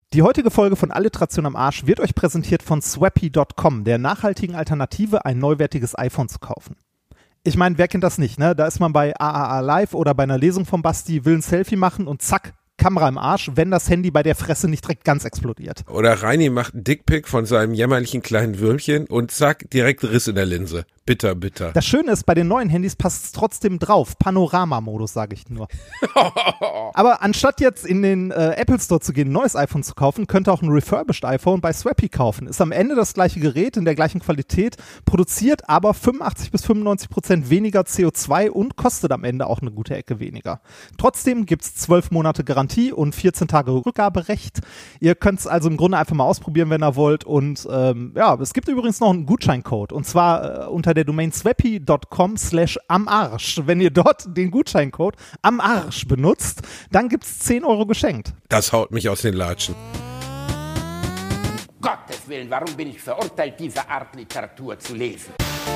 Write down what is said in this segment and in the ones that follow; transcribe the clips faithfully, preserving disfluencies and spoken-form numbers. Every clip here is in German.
Die heutige Folge von Alliteration am Arsch wird euch präsentiert von Swappy Punkt com, der nachhaltigen Alternative, ein neuwertiges iPhone zu kaufen. Ich meine, wer kennt das nicht, ne? Da ist man bei A A A Live oder bei einer Lesung von Basti, will ein Selfie machen und zack, Kamera im Arsch, wenn das Handy bei der Fresse nicht direkt ganz explodiert. Oder Reini macht einen Dickpick von seinem jämmerlichen kleinen Würmchen und zack, direkt Riss in der Linse. Bitter, bitter. Das Schöne ist, bei den neuen Handys passt es trotzdem drauf. Panorama-Modus, sage ich nur. Aber anstatt jetzt in den äh, Apple Store zu gehen, ein neues iPhone zu kaufen, könnt ihr auch ein refurbished iPhone bei Swappy kaufen. Ist am Ende das gleiche Gerät in der gleichen Qualität, produziert aber fünfundachtzig bis fünfundneunzig Prozent weniger C O zwei und kostet am Ende auch eine gute Ecke weniger. Trotzdem gibt es zwölf Monate Garantie und vierzehn Tage Rückgaberecht. Ihr könnt es also im Grunde einfach mal ausprobieren, wenn ihr wollt. Und ähm, ja, es gibt übrigens noch einen Gutscheincode. Und zwar äh, unter der Domain swappy Punkt com slash am Arsch. Wenn ihr dort den Gutscheincode am Arsch benutzt, dann gibt es zehn Euro geschenkt. Das haut mich aus den Latschen. Um Gottes Willen, warum bin ich verurteilt, diese Art Literatur zu lesen?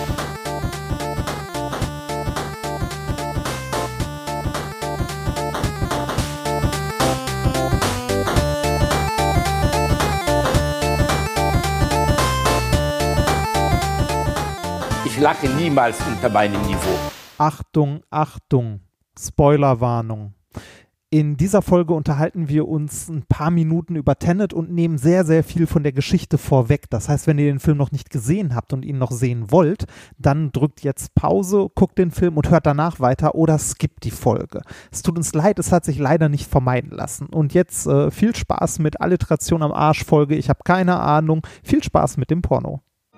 Ich lache niemals unter meinem Niveau. Achtung, Achtung, Spoilerwarnung. In dieser Folge unterhalten wir uns ein paar Minuten über Tenet und nehmen sehr, sehr viel von der Geschichte vorweg. Das heißt, wenn ihr den Film noch nicht gesehen habt und ihn noch sehen wollt, dann drückt jetzt Pause, guckt den Film und hört danach weiter oder skippt die Folge. Es tut uns leid, es hat sich leider nicht vermeiden lassen. Und jetzt äh, viel Spaß mit Alliteration am Arsch Folge. Ich habe keine Ahnung. Viel Spaß mit dem Porno.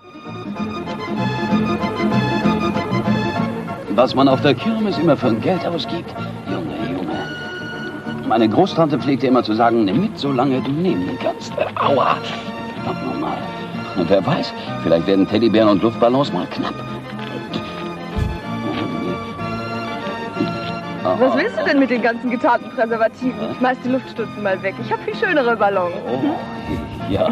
Was man auf der Kirmes immer für ein Geld ausgibt, Junge, Junge. Meine Großtante pflegte immer zu sagen, nimm mit, solange du nehmen kannst. Aua, verdammt nochmal. Und wer weiß, vielleicht werden Teddybären und Luftballons mal knapp. Was willst du denn mit den ganzen getarnten Präservativen? Schmeiß die Luftstutzen mal weg. Ich habe viel schönere Ballons. Oh, ja.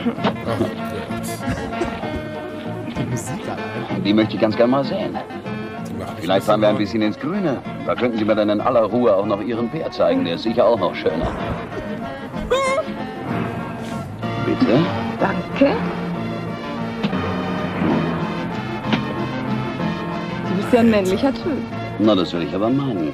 Die Musik allein. Die möchte ich ganz gern mal sehen. Vielleicht fahren wir ein bisschen ins Grüne. Da könnten Sie mir dann in aller Ruhe auch noch Ihren Bär zeigen. Der ist sicher auch noch schöner. Bitte? Danke. Du bist ja ein männlicher Typ. Na, das will ich aber meinen.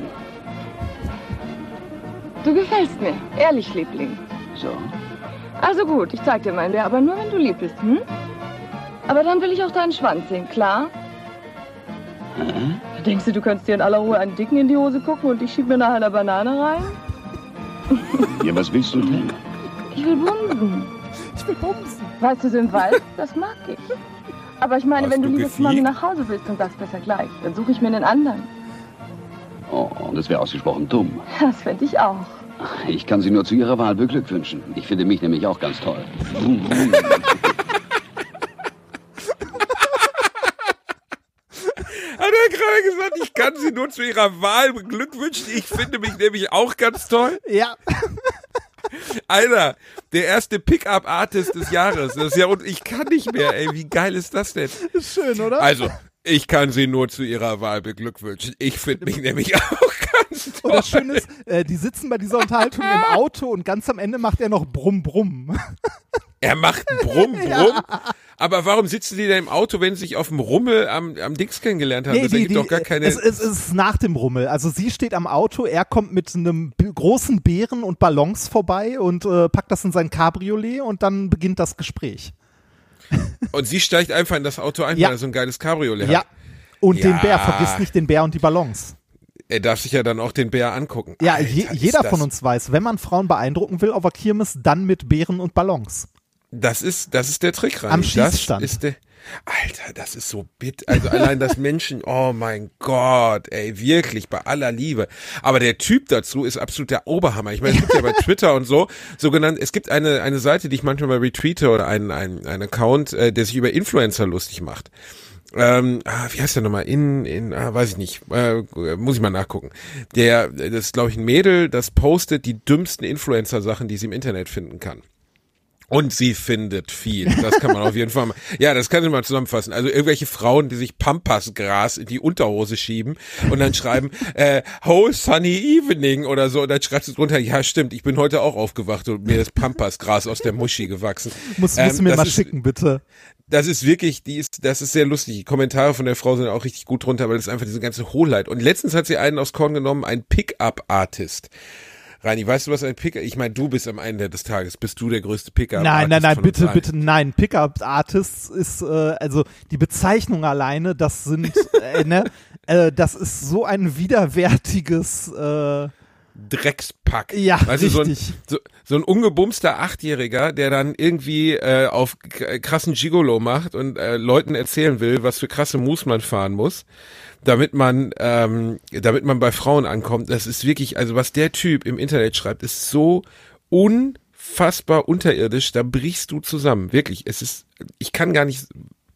Du gefällst mir. Ehrlich, Liebling. So? Also gut, ich zeig dir meinen Bär, aber nur, wenn du lieb bist, hm? Aber dann will ich auch deinen Schwanz sehen, klar? Hä? Denkst du, du könntest dir in aller Ruhe einen Dicken in die Hose gucken und ich schieb mir nachher eine Banane rein? Ja, was willst du denn? Ich will bumsen. Ich will bumsen. Weißt du, so im Wald, das mag ich. Aber ich meine, Hast wenn du du liebes gefiegt? Mami nach Hause willst und sagst besser gleich, dann suche ich mir einen anderen. Oh, das wäre ausgesprochen dumm. Das fände ich auch. Ich kann Sie nur zu Ihrer Wahl beglückwünschen. Ich finde mich nämlich auch ganz toll. Hat er gerade gesagt, ich kann sie nur zu ihrer Wahl beglückwünschen. Ich finde mich nämlich auch ganz toll. Ja. Alter, der erste Pickup-Artist des Jahres. Das ist ja, und ich kann nicht mehr, ey. Wie geil ist das denn? Ist schön, oder? Also, ich kann sie nur zu ihrer Wahl beglückwünschen. Ich finde mich nämlich auch ganz toll. Und das Schöne ist, äh, die sitzen bei dieser Unterhaltung im Auto und ganz am Ende macht er noch Brumm, Brumm. Er macht einen Brumm, Brumm. Ja. Aber warum sitzen die denn im Auto, wenn sie sich auf dem Rummel am, am Dings kennengelernt haben? Nee, das die, ergibt die, doch gar keine... Es, es ist nach dem Rummel. Also sie steht am Auto, er kommt mit einem b- großen Bären und Ballons vorbei und äh, packt das in sein Cabriolet und dann beginnt das Gespräch. Und sie steigt einfach in das Auto ein, Ja. weil er so ein geiles Cabriolet Ja. hat. Und Ja. den Bär, vergiss nicht den Bär und die Ballons. Er darf sich ja dann auch den Bär angucken. Ja, Alter, je, ist jeder das, von uns weiß, wenn man Frauen beeindrucken will auf der Kirmes, dann mit Bären und Ballons. Das ist, das ist der Trick, Rani. Am Schießstand. Das ist der, Alter, das ist so bitter. Also allein das Menschen, oh mein Gott, ey, wirklich, bei aller Liebe. Aber der Typ dazu ist absolut der Oberhammer. Ich meine, es gibt ja bei Twitter und so, sogenannt, es gibt eine, eine Seite, die ich manchmal mal retweete oder einen, einen, einen Account, äh, der sich über Influencer lustig macht. Ähm, ah, wie heißt der nochmal? In, in, ah, weiß ich nicht, äh, muss ich mal nachgucken. Der, das ist, glaube ich, ein Mädel, das postet die dümmsten Influencer-Sachen, die sie im Internet finden kann. Und sie findet viel. Das kann man auf jeden Fall mal. Ja, das kann ich mal zusammenfassen. Also irgendwelche Frauen, die sich Pampasgras in die Unterhose schieben und dann schreiben, äh, whole sunny evening oder so. Und dann schreibt sie drunter, ja stimmt, ich bin heute auch aufgewacht und mir ist Pampasgras aus der Muschi gewachsen. Muss, musst ähm, du mir mal ist, schicken, bitte. Das ist wirklich, die ist, das ist sehr lustig. Die Kommentare von der Frau sind auch richtig gut drunter, weil das ist einfach diese ganze Hohlheit. Und letztens hat sie einen aufs Korn genommen, ein Pickup-Artist. Reini, weißt du, was ein Pickup, ich meine, du bist am Ende des Tages, bist du der größte Pickup-Artist? Nein, nein, nein, von bitte, uns allen? bitte, nein. Pickup-Artist ist, äh, also die Bezeichnung alleine, das sind, äh, ne, äh, das ist so ein widerwärtiges, äh, Dreckspack. Ja, weißt du, so ein, richtig. so, so ein ungebumster Achtjähriger, der dann irgendwie äh, auf k- krassen Gigolo macht und äh, Leuten erzählen will, was für krasse Moves man fahren muss, damit man, ähm, damit man bei Frauen ankommt. Das ist wirklich, also was der Typ im Internet schreibt, ist so unfassbar unterirdisch. Da brichst du zusammen. Wirklich. Es ist, ich kann gar nicht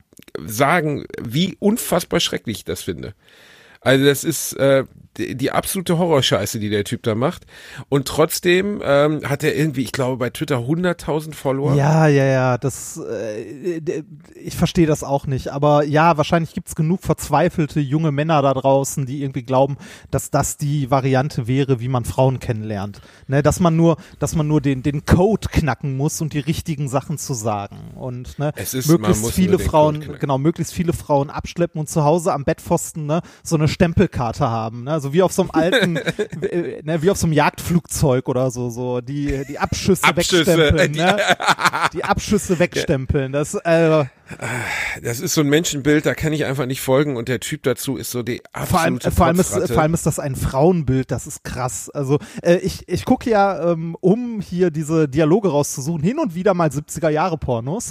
sagen, wie unfassbar schrecklich ich das finde. Also das ist äh, die, die absolute Horrorscheiße, die der Typ da macht. Und trotzdem ähm, hat er irgendwie, ich glaube, bei Twitter hunderttausend Follower. Ja, ja, ja, das, äh, ich verstehe das auch nicht, aber ja, wahrscheinlich gibt's genug verzweifelte junge Männer da draußen, die irgendwie glauben, dass das die Variante wäre, wie man Frauen kennenlernt. Ne, dass man nur, dass man nur den, den Code knacken muss und die richtigen Sachen zu sagen und ne, Es ist, man möglichst muss viele nur den Frauen, Code knacken. genau, möglichst viele Frauen abschleppen und zu Hause am Bettpfosten ne, so eine Stempelkarte haben, ne, so wie auf so einem alten, äh, ne, wie auf so einem Jagdflugzeug oder so, so die die Abschüsse, Abschüsse, wegstempeln, die- ne, die Abschüsse wegstempeln, das äh, Das ist so ein Menschenbild, da kann ich einfach nicht folgen und der Typ dazu ist so die vor allem, absolute vor allem, ist, Potzratte. vor allem ist das ein Frauenbild, das ist krass. Also äh, ich, ich gucke ja, ähm, um hier diese Dialoge rauszusuchen, hin und wieder mal siebziger Jahre Pornos.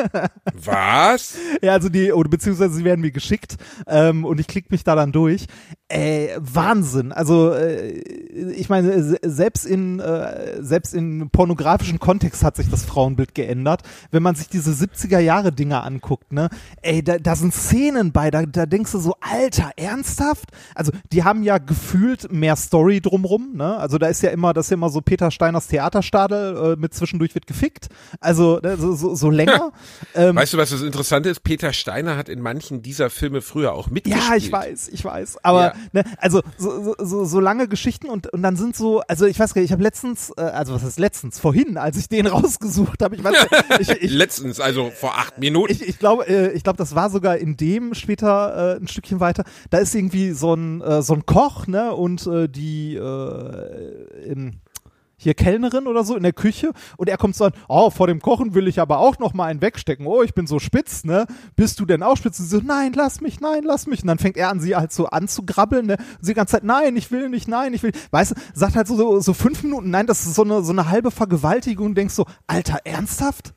Was? Ja, also die, oder beziehungsweise sie werden mir geschickt ähm, und ich klicke mich da dann durch. Äh, Wahnsinn. Also äh, ich meine, se- selbst in äh, selbst in pornografischen Kontext hat sich das Frauenbild geändert. Wenn man sich diese siebziger Jahre Dinger anguckt, ne, ey, da, da sind Szenen bei, da, da denkst du so, Alter, ernsthaft? Also die haben ja gefühlt mehr Story drumrum, ne? Also da ist ja immer, das ist ja immer so Peter Steiners Theaterstadel äh, mit zwischendurch wird gefickt. Also ne, so, so, so länger. ähm, Weißt du, was das Interessante ist? Peter Steiner hat in manchen dieser Filme früher auch mitgespielt. Ja, ich weiß, ich weiß. Aber Ja. ne, also so, so, so, so lange Geschichten und, und dann sind so, also ich weiß gar nicht, ich habe letztens, äh, also was ist letztens, vorhin, als ich den rausgesucht habe, ich weiß nicht, ich, ich, Letztens, also vor acht Minuten. ich, ich glaube, äh, ich glaube, das war sogar in dem später äh, ein Stückchen weiter. Da ist irgendwie so ein äh, so ein Koch, ne, und äh, die äh, in, hier Kellnerin oder so in der Küche und er kommt so an, oh, vor dem Kochen will ich aber auch noch mal einen wegstecken. Oh, ich bin so spitz, ne? Bist du denn auch spitz? Und sie so, nein, lass mich, nein, lass mich. Und dann fängt er an, sie halt so anzugrabbeln, ne? Und sie die ganze Zeit, nein, ich will nicht, nein, ich will. Weißt du, sagt halt so, so, so fünf Minuten, nein, das ist so eine, so eine halbe Vergewaltigung und denkst so, Alter, ernsthaft?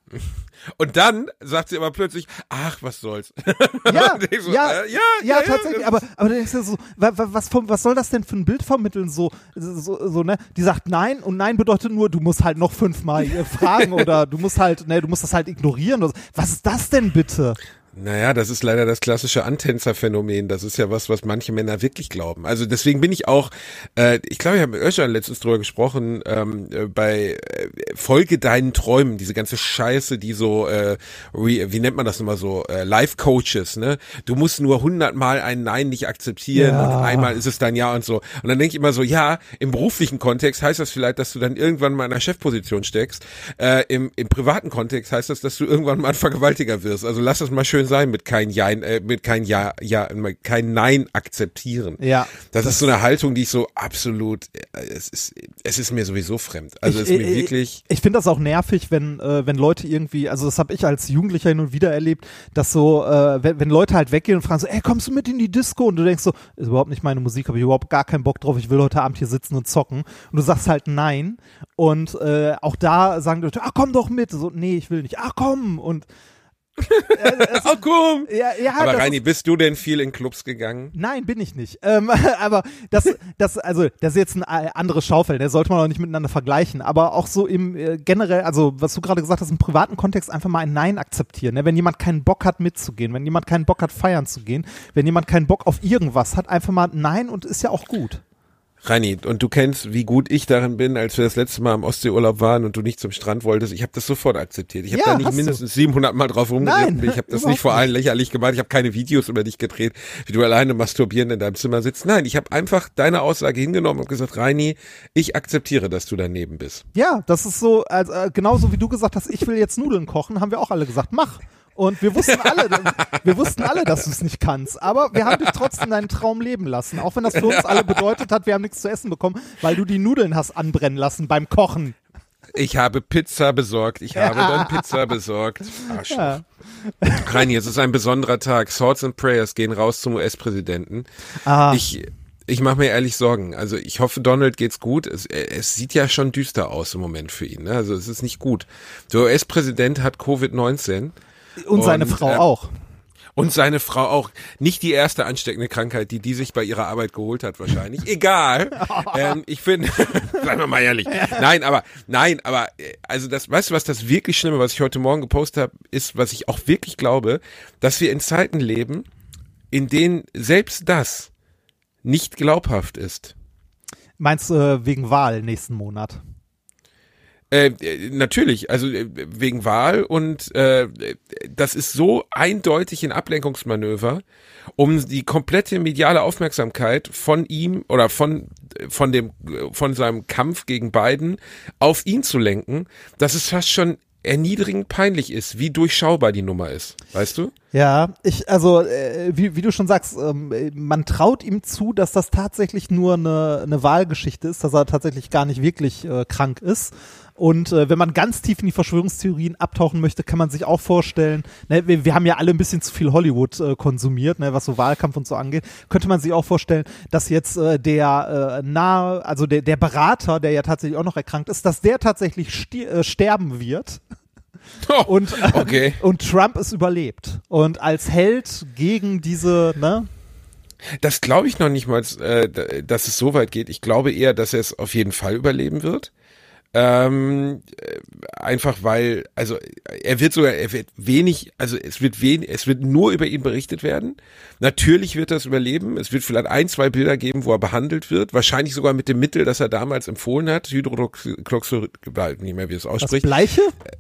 Und dann sagt sie aber plötzlich, ach, was soll's. Ja, Und ich so, ja, äh, ja, ja, ja, tatsächlich, ja. aber, aber dann denkst du so, wa- wa- was, vom- was soll das denn für ein Bild vermitteln, so, so, so, ne, die sagt nein und nein bedeutet nur, du musst halt noch fünfmal äh, fragen oder du musst halt, ne, du musst das halt ignorieren oder so. Was ist das denn bitte? Naja, das ist leider das klassische Antänzerphänomen. Das ist ja was, was manche Männer wirklich glauben. Also deswegen bin ich auch, äh, ich glaube, ich habe mit Özcan letztens drüber gesprochen, ähm, äh, bei äh, Folge deinen Träumen, diese ganze Scheiße, die so, äh, wie, wie nennt man das nochmal so, äh, Life-Coaches, ne? Du musst nur hundertmal ein Nein nicht akzeptieren Ja. und einmal ist es dann Ja und so. Und dann denke ich immer so, ja, im beruflichen Kontext heißt das vielleicht, dass du dann irgendwann mal in einer Chefposition steckst. Äh, im, im privaten Kontext heißt das, dass du irgendwann mal ein Vergewaltiger wirst. Also lass das mal schön sein mit kein Ja, äh, mit kein Ja, ja, kein Nein akzeptieren. Ja. Das, ist so eine Haltung, die ich so absolut, äh, es ist, es ist mir sowieso fremd. Also es ich, ist mir ich, wirklich. Ich finde das auch nervig, wenn äh, wenn Leute irgendwie, also das habe ich als Jugendlicher hin und wieder erlebt, dass so, äh, wenn, wenn Leute halt weggehen und fragen so, ey, kommst du mit in die Disco? Und du denkst so, ist überhaupt nicht meine Musik, habe ich überhaupt gar keinen Bock drauf, ich will heute Abend hier sitzen und zocken. Und du sagst halt nein. Und äh, auch da sagen die Leute, ach komm doch mit. So, nee, ich will nicht. Ach komm. Und Oh komm! ja, ja, Aber das Reini, ist, bist du denn viel in Clubs gegangen? nein, bin ich nicht. Ähm, aber das, das, also das ist jetzt ein äh, anderes Schaufeld, der sollte man auch nicht miteinander vergleichen. Aber auch so im äh, generell, also was du gerade gesagt hast, im privaten Kontext einfach mal ein Nein akzeptieren. Ne? Wenn jemand keinen Bock hat mitzugehen, wenn jemand keinen Bock hat feiern zu gehen, wenn jemand keinen Bock auf irgendwas hat, einfach mal Nein und ist ja auch gut. Reini, und du kennst, wie gut ich darin bin, als wir das letzte Mal im Ostseeurlaub waren und du nicht zum Strand wolltest. Ich habe das sofort akzeptiert. Ich habe Ja, da nicht hast mindestens siebenhundert Mal drauf rumgeritten. Ich habe das überhaupt nicht vor allen nicht. lächerlich gemacht. Ich habe keine Videos über dich gedreht, wie du alleine masturbierend in deinem Zimmer sitzt. Nein, ich habe einfach deine Aussage hingenommen und gesagt, Reini, ich akzeptiere, dass du daneben bist. Ja, das ist so, also, äh, genauso wie du gesagt hast, ich will jetzt Nudeln kochen, haben wir auch alle gesagt, mach. Und wir wussten alle, wir wussten alle, dass du es nicht kannst. Aber wir haben dich trotzdem deinen Traum leben lassen. Auch wenn das für uns alle bedeutet hat, wir haben nichts zu essen bekommen, weil du die Nudeln hast anbrennen lassen beim Kochen. Ich habe Pizza besorgt. Ich habe Ja. dann Pizza besorgt. Arschloch. Ja. Reini, es ist ein besonderer Tag. Thoughts and Prayers gehen raus zum U S-Präsidenten. Ah. Ich, ich mache mir ehrlich Sorgen. Also ich hoffe, Donald geht's gut. Es, es sieht ja schon düster aus im Moment für ihn. Ne? Also es ist nicht gut. Der U S-Präsident hat Covid neunzehn. Und seine Und, Frau äh, auch. Und seine Frau auch. Nicht die erste ansteckende Krankheit, die die sich bei ihrer Arbeit geholt hat wahrscheinlich. Egal. ähm, ich finde, seien wir mal ehrlich. Nein, aber, nein, aber, also das, weißt du, was das wirklich Schlimme, was ich heute Morgen gepostet habe, ist, was ich auch wirklich glaube, dass wir in Zeiten leben, in denen selbst das nicht glaubhaft ist. Meinst du äh, wegen Wahl nächsten Monat? Äh, natürlich, also äh, wegen Wahl und äh, das ist so eindeutig ein Ablenkungsmanöver, um die komplette mediale Aufmerksamkeit von ihm oder von von dem von seinem Kampf gegen Biden auf ihn zu lenken, dass es fast schon erniedrigend peinlich ist, wie durchschaubar die Nummer ist, weißt du? Ja, ich, also, äh, wie, wie du schon sagst, ähm, man traut ihm zu, dass das tatsächlich nur eine, eine Wahlgeschichte ist, dass er tatsächlich gar nicht wirklich äh, krank ist. Und äh, wenn man ganz tief in die Verschwörungstheorien abtauchen möchte, kann man sich auch vorstellen, ne, wir, wir haben ja alle ein bisschen zu viel Hollywood äh, konsumiert, ne, was so Wahlkampf und so angeht, könnte man sich auch vorstellen, dass jetzt äh, der äh, nahe, also der, der Berater, der ja tatsächlich auch noch erkrankt ist, dass der tatsächlich sti- äh, sterben wird. Oh, Und, äh, okay. und Trump es überlebt. Und als Held gegen diese, ne? Das glaube ich noch nicht mal, äh, dass es so weit geht. Ich glaube eher, dass er es auf jeden Fall überleben wird. Ähm, einfach weil, also er wird sogar, er wird wenig, also es wird wenig, es wird nur über ihn berichtet werden. Natürlich wird er es überleben. Es wird vielleicht ein, zwei Bilder geben, wo er behandelt wird. Wahrscheinlich sogar mit dem Mittel, das er damals empfohlen hat. Hydroxychloroquin, nicht mehr, wie es Das ausspricht. Bleiche?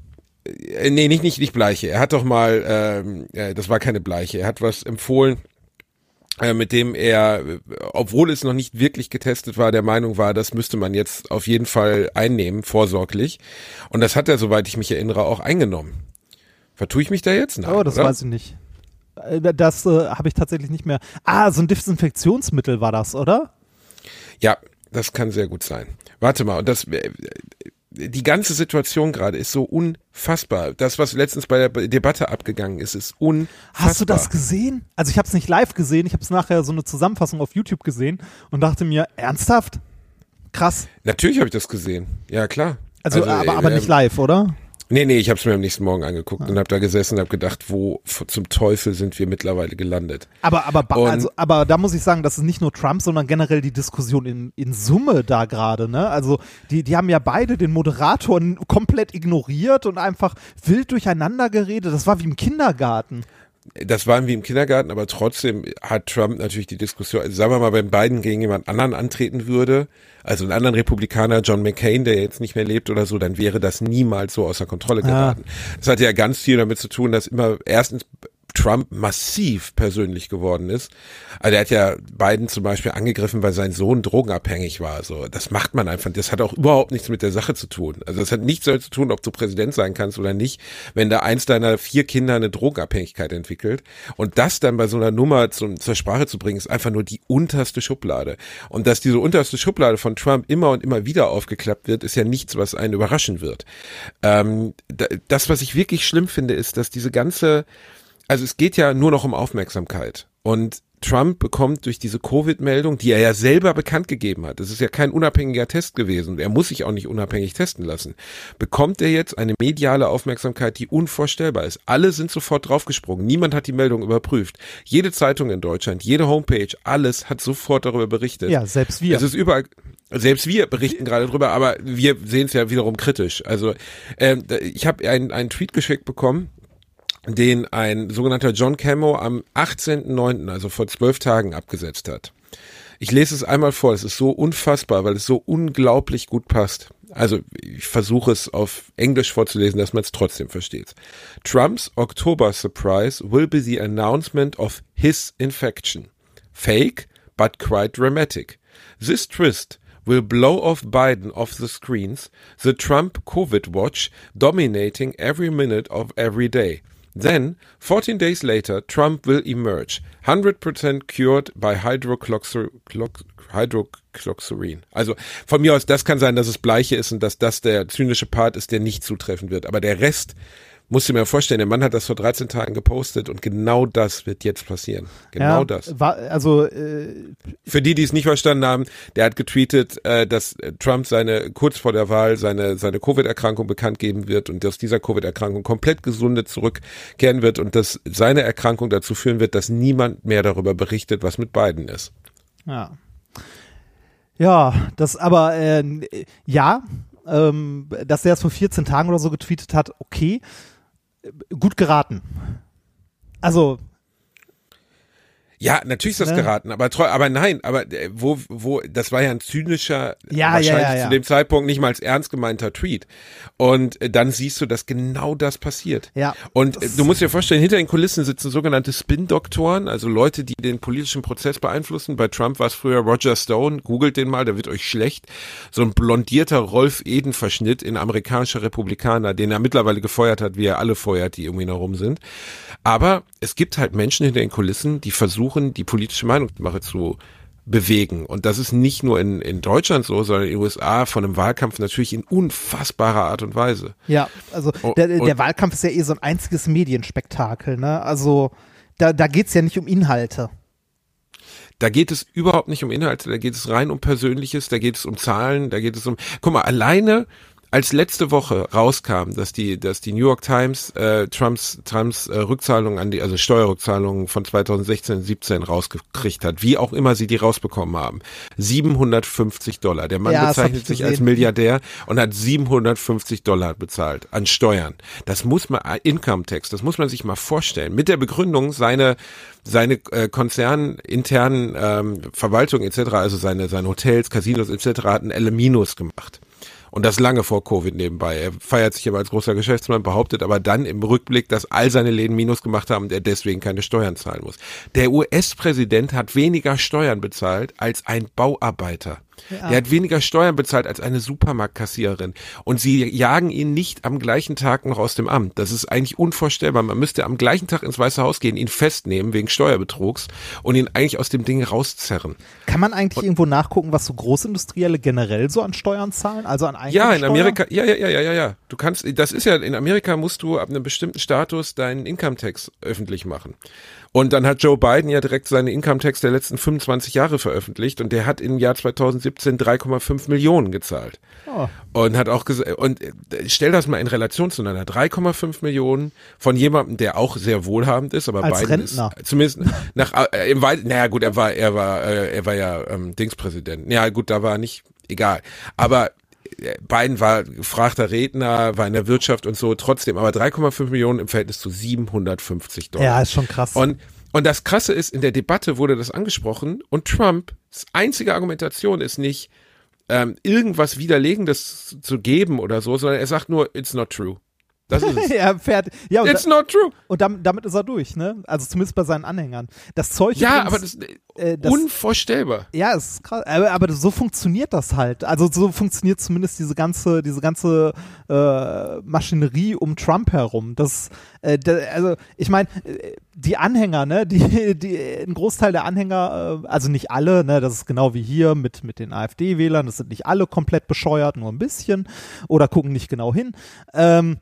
Äh, nee, nicht, nicht, nicht Bleiche. Er hat doch mal, ähm, äh, das war keine Bleiche. Er hat was empfohlen, äh, mit dem er, obwohl es noch nicht wirklich getestet war, der Meinung war, das müsste man jetzt auf jeden Fall einnehmen, vorsorglich. Und das hat er, soweit ich mich erinnere, auch eingenommen. Vertue ich mich da jetzt? Nein, Oh, das oder? weiß ich nicht. Äh, Das äh, habe ich tatsächlich nicht mehr. Ah, so ein Desinfektionsmittel war das, oder? Ja, das kann sehr gut sein. Warte mal, und das, äh, die ganze Situation gerade ist so unfassbar. Das, was letztens bei der Debatte abgegangen ist, ist unfassbar. Hast du das gesehen? Also ich habe es nicht live gesehen, ich habe es nachher so eine Zusammenfassung auf YouTube gesehen und dachte mir, ernsthaft? Krass. Natürlich habe ich das gesehen. Ja, klar. Also, aber, aber äh, nicht live, oder? Nee, nee, ich habe es mir am nächsten Morgen angeguckt ja. und habe da gesessen und habe gedacht, wo zum Teufel sind wir mittlerweile gelandet? Aber aber Und also aber da muss ich sagen, das ist nicht nur Trump, sondern generell die Diskussion in in Summe da gerade, ne? Also die die haben ja beide den Moderator komplett ignoriert und einfach wild durcheinander geredet. Das war wie im Kindergarten. Das war wie im Kindergarten, aber trotzdem hat Trump natürlich die Diskussion, also sagen wir mal, wenn Biden gegen jemand anderen antreten würde, also einen anderen Republikaner, John McCain, der jetzt nicht mehr lebt oder so, dann wäre das niemals so außer Kontrolle geraten. Ja. Das hat ja ganz viel damit zu tun, dass immer erstens Trump massiv persönlich geworden ist. Also er hat ja Biden zum Beispiel angegriffen, weil sein Sohn drogenabhängig war. So, das macht man einfach. Das hat auch überhaupt nichts mit der Sache zu tun. Also das hat nichts damit zu tun, ob du Präsident sein kannst oder nicht, wenn da eins deiner vier Kinder eine Drogenabhängigkeit entwickelt. Und das dann bei so einer Nummer zum, zur Sprache zu bringen, ist einfach nur die unterste Schublade. Und dass diese unterste Schublade von Trump immer und immer wieder aufgeklappt wird, ist ja nichts, was einen überraschen wird. Ähm, das, was ich wirklich schlimm finde, ist, dass diese ganze Also es geht ja nur noch um Aufmerksamkeit und Trump bekommt durch diese Covid-Meldung, die er ja selber bekannt gegeben hat, das ist ja kein unabhängiger Test gewesen, er muss sich auch nicht unabhängig testen lassen, bekommt er jetzt eine mediale Aufmerksamkeit, die unvorstellbar ist. Alle sind sofort draufgesprungen, niemand hat die Meldung überprüft. Jede Zeitung in Deutschland, jede Homepage, alles hat sofort darüber berichtet. Ja, selbst wir. Es ist überall... Selbst wir berichten gerade drüber, aber wir sehen es ja wiederum kritisch. Also ähm, ich habe einen, einen Tweet geschickt bekommen, den ein sogenannter John Camo am achtzehnten neunten, also vor zwölf Tagen, abgesetzt hat. Ich lese es einmal vor, es ist so unfassbar, weil es so unglaublich gut passt. Also ich versuche es auf Englisch vorzulesen, dass man es trotzdem versteht. Trump's October surprise will be the announcement of his infection. Fake, but quite dramatic. This twist will blow off Biden off the screens, the Trump COVID watch dominating every minute of every day. Then, fourteen days later, Trump will emerge, one hundred percent cured by hydroxychloroquine. Also von mir aus, das kann sein, dass es Bleiche ist und dass das der zynische Part ist, der nicht zutreffen wird. Aber der Rest, musst du mir vorstellen, der Mann hat das vor dreizehn Tagen gepostet und genau das wird jetzt passieren. Genau ja, das. War, also äh, Für die, die es nicht verstanden haben, der hat getweetet, äh, dass Trump seine kurz vor der Wahl seine seine Covid-Erkrankung bekannt geben wird und dass dieser Covid-Erkrankung komplett gesundet zurückkehren wird und dass seine Erkrankung dazu führen wird, dass niemand mehr darüber berichtet, was mit Biden ist. Ja. Ja, das aber äh, ja, ähm, dass er es vor vierzehn Tagen oder so getweetet hat, okay. Gut geraten. Also ja, natürlich ist das ne? geraten, aber treu, aber nein, aber äh, wo wo das war ja ein zynischer, ja, wahrscheinlich ja, ja, ja. zu dem Zeitpunkt nicht mal als ernst gemeinter Tweet. Und äh, dann siehst du, dass genau das passiert. Ja. Und äh, du musst dir vorstellen, hinter den Kulissen sitzen sogenannte Spin-Doktoren, also Leute, die den politischen Prozess beeinflussen. Bei Trump war es früher Roger Stone, googelt den mal, der wird euch schlecht. So ein blondierter Rolf-Eden-Verschnitt in amerikanischer Republikaner, den er mittlerweile gefeuert hat, wie er alle feuert, die irgendwie noch rum sind. Aber es gibt halt Menschen hinter den Kulissen, die versuchen, die politische Meinungsmache zu bewegen. Und das ist nicht nur in, in Deutschland so, sondern in den U S A von einem Wahlkampf natürlich in unfassbarer Art und Weise. Ja, also der, der Wahlkampf ist ja eh so ein einziges Medienspektakel, ne? Also da, da geht's ja nicht um Inhalte. Da geht es überhaupt nicht um Inhalte, da geht es rein um Persönliches, da geht es um Zahlen, da geht es um, guck mal, alleine als letzte Woche rauskam, dass die, dass die New York Times äh, Trumps, Trumps äh, Rückzahlungen an die, also Steuerrückzahlungen von zweitausendsechzehn, siebzehn rausgekriegt hat, wie auch immer sie die rausbekommen haben, siebenhundertfünfzig Dollar. Der Mann ja, bezeichnet sich als Milliardär und hat siebenhundertfünfzig Dollar bezahlt an Steuern. Das muss man, Income Tax, das muss man sich mal vorstellen. Mit der Begründung, seine seine äh, konzerninternen ähm, Verwaltung et cetera, also seine seine Hotels, Casinos et cetera, hatten L Minus gemacht. Und das lange vor Covid nebenbei. Er feiert sich aber als großer Geschäftsmann, behauptet aber dann im Rückblick, dass all seine Läden Minus gemacht haben und er deswegen keine Steuern zahlen muss. Der U S-Präsident hat weniger Steuern bezahlt als ein Bauarbeiter. Ja. Der hat weniger Steuern bezahlt als eine Supermarktkassiererin. Und sie jagen ihn nicht am gleichen Tag noch aus dem Amt. Das ist eigentlich unvorstellbar. Man müsste am gleichen Tag ins Weiße Haus gehen, ihn festnehmen wegen Steuerbetrugs und ihn eigentlich aus dem Ding rauszerren. Kann man eigentlich und, irgendwo nachgucken, was so Großindustrielle generell so an Steuern zahlen? Also an Einkommensteuer? Ja, in Amerika, ja, ja, ja, ja, ja, ja. Du kannst, das ist ja, in Amerika musst du ab einem bestimmten Status deinen Income Tax öffentlich machen. Und dann hat Joe Biden ja direkt seine Income Tax der letzten fünfundzwanzig Jahre veröffentlicht und der hat im Jahr zweitausendsiebzehn drei Komma fünf Millionen gezahlt. Oh. Und hat auch gesagt, und stell das mal in Relation zueinander, drei Komma fünf Millionen von jemandem, der auch sehr wohlhabend ist, aber als Biden Rentner. ist zumindest nach, äh, im Weit, naja gut, er war, er war, äh, er war ja ähm, Dingspräsident. Ja gut, da war nicht, egal. Aber Biden war gefragter Redner, war in der Wirtschaft und so, trotzdem, aber drei Komma fünf Millionen im Verhältnis zu siebenhundertfünfzig Dollar. Ja, ist schon krass. Und, und das Krasse ist, in der Debatte wurde das angesprochen und Trumps einzige Argumentation ist nicht, ähm, irgendwas Widerlegendes zu geben oder so, sondern er sagt nur, it's not true. Das ist es. er fährt, ja, und It's da, not true. Und damit, damit ist er durch, ne? Also zumindest bei seinen Anhängern. Das Zeug Ja, übrigens, aber das, äh, das unvorstellbar. Ja, es ist krass. Aber, aber so funktioniert das halt. Also so funktioniert zumindest diese ganze, diese ganze äh, Maschinerie um Trump herum. Das, äh, da, also ich meine, die Anhänger, ne, die, die, ein Großteil der Anhänger, äh, also nicht alle, ne, das ist genau wie hier mit mit den AfD-Wählern. Das sind nicht alle komplett bescheuert, nur ein bisschen oder gucken nicht genau hin. Ähm,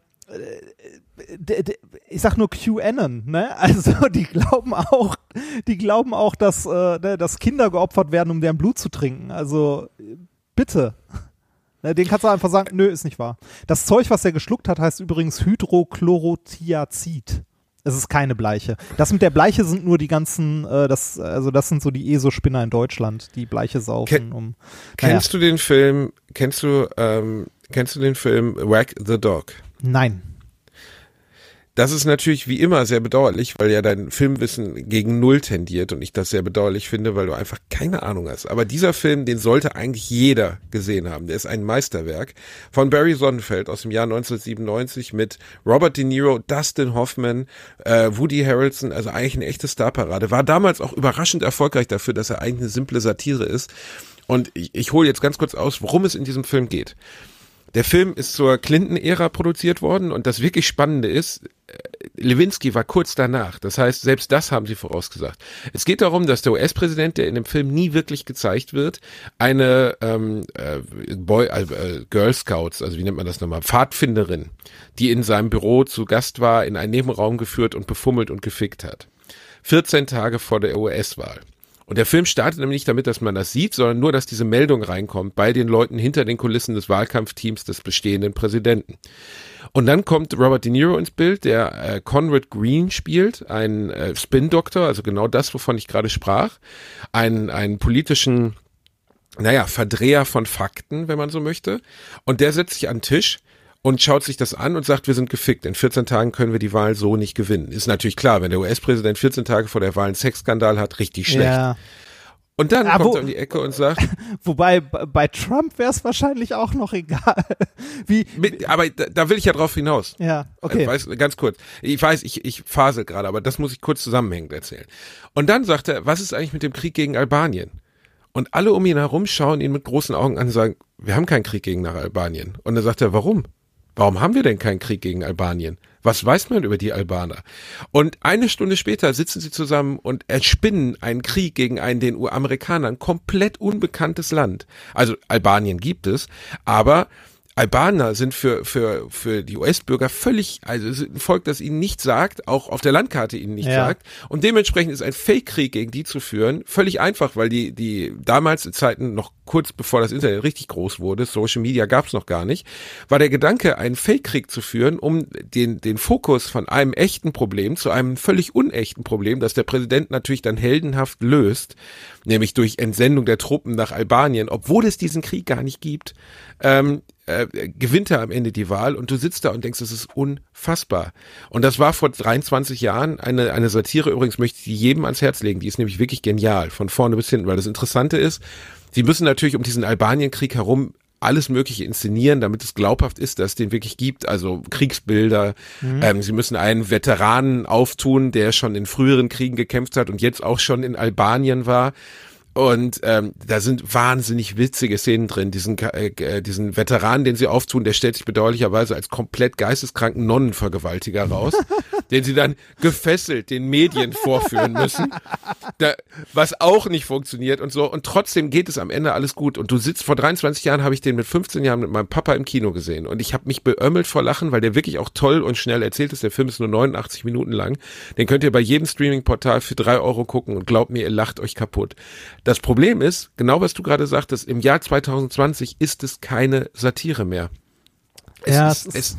ich sag nur QAnon, ne? Also die glauben auch, die glauben auch, dass, äh, dass Kinder geopfert werden, um deren Blut zu trinken. Also bitte. Den kannst du einfach sagen, nö, ist nicht wahr. Das Zeug, was er geschluckt hat, heißt übrigens Hydrochlorothiazid. Es ist keine Bleiche. Das mit der Bleiche sind nur die ganzen, äh, das, also das sind so die E S O-Spinner in Deutschland, die Bleiche saufen. Ken, um, kennst naja. du den Film, kennst du, ähm, kennst du den Film Wag the Dog? Nein. Das ist natürlich wie immer sehr bedauerlich, weil ja dein Filmwissen gegen Null tendiert und ich das sehr bedauerlich finde, weil du einfach keine Ahnung hast. Aber dieser Film, den sollte eigentlich jeder gesehen haben. Der ist ein Meisterwerk von Barry Sonnenfeld aus dem Jahr neunzehnhundertsiebenundneunzig mit Robert De Niro, Dustin Hoffman, äh, Woody Harrelson, also eigentlich eine echte Starparade. War damals auch überraschend erfolgreich dafür, dass er eigentlich eine simple Satire ist. Und ich, ich hole jetzt ganz kurz aus, worum es in diesem Film geht. Der Film ist zur Clinton-Ära produziert worden und das wirklich Spannende ist, Lewinsky war kurz danach. Das heißt, selbst das haben sie vorausgesagt. Es geht darum, dass der U S-Präsident, der in dem Film nie wirklich gezeigt wird, eine ähm, äh, Boy, äh, Girl Scouts, also wie nennt man das nochmal, Pfadfinderin, die in seinem Büro zu Gast war, in einen Nebenraum geführt und befummelt und gefickt hat. vierzehn Tage vor der U S-Wahl. Und der Film startet nämlich nicht damit, dass man das sieht, sondern nur, dass diese Meldung reinkommt bei den Leuten hinter den Kulissen des Wahlkampfteams des bestehenden Präsidenten. Und dann kommt Robert De Niro ins Bild, der äh, Conrad Green spielt, ein äh, Spin-Doktor, also genau das, wovon ich gerade sprach, einen, einen politischen, naja, Verdreher von Fakten, wenn man so möchte. Und der setzt sich an den Tisch und schaut sich das an und sagt, wir sind gefickt. In vierzehn Tagen können wir die Wahl so nicht gewinnen. Ist natürlich klar, wenn der U S-Präsident vierzehn Tage vor der Wahl einen Sexskandal hat, richtig schlecht. Ja. Und dann ja, kommt wo, er um die Ecke und sagt... Wobei, bei Trump wäre es wahrscheinlich auch noch egal. Wie, mit, aber da, da will ich ja drauf hinaus. Ja, okay. Weiß, ganz kurz. Ich weiß, ich, ich fasel gerade, aber das muss ich kurz zusammenhängend erzählen. Und dann sagt er, was ist eigentlich mit dem Krieg gegen Albanien? Und alle um ihn herum schauen ihn mit großen Augen an und sagen, wir haben keinen Krieg gegen Albanien. Und dann sagt er, warum? Warum haben wir denn keinen Krieg gegen Albanien? Was weiß man über die Albaner? Und eine Stunde später sitzen sie zusammen und erspinnen einen Krieg gegen ein den Amerikanern komplett unbekanntes Land. Also Albanien gibt es, aber Albaner sind für für für die U S-Bürger völlig, also es ist ein Volk, das ihnen nichts sagt, auch auf der Landkarte ihnen nichts ja. sagt. Und dementsprechend ist ein Fake-Krieg gegen die zu führen völlig einfach, weil die die damals in Zeiten noch kurz bevor das Internet richtig groß wurde, Social Media gab es noch gar nicht, war der Gedanke, einen Fake-Krieg zu führen, um den den Fokus von einem echten Problem zu einem völlig unechten Problem, das der Präsident natürlich dann heldenhaft löst, nämlich durch Entsendung der Truppen nach Albanien, obwohl es diesen Krieg gar nicht gibt. Ähm, Äh, gewinnt er am Ende die Wahl und du sitzt da und denkst, das ist unfassbar. Und das war vor dreiundzwanzig Jahren eine eine Satire, übrigens möchte ich die jedem ans Herz legen, die ist nämlich wirklich genial, von vorne bis hinten, weil das Interessante ist, sie müssen natürlich um diesen Albanien-Krieg herum alles Mögliche inszenieren, damit es glaubhaft ist, dass es den wirklich gibt, also Kriegsbilder. Mhm. Ähm, sie müssen einen Veteranen auftun, der schon in früheren Kriegen gekämpft hat und jetzt auch schon in Albanien war. Und ähm, da sind wahnsinnig witzige Szenen drin. Diesen äh, diesen Veteran, den sie auftun, der stellt sich bedauerlicherweise als komplett geisteskranken Nonnenvergewaltiger raus, den sie dann gefesselt den Medien vorführen müssen, da, was auch nicht funktioniert und so. Und trotzdem geht es am Ende alles gut. Und du sitzt, vor dreiundzwanzig Jahren habe ich den mit fünfzehn Jahren mit meinem Papa im Kino gesehen. Und ich habe mich beömmelt vor Lachen, weil der wirklich auch toll und schnell erzählt ist. Der Film ist nur neunundachtzig Minuten lang. Den könnt ihr bei jedem Streaming-Portal für drei Euro gucken und glaubt mir, ihr lacht euch kaputt. Das Problem ist, genau was du gerade sagtest, im Jahr zwanzig zwanzig ist es keine Satire mehr. Es ja, ist, es,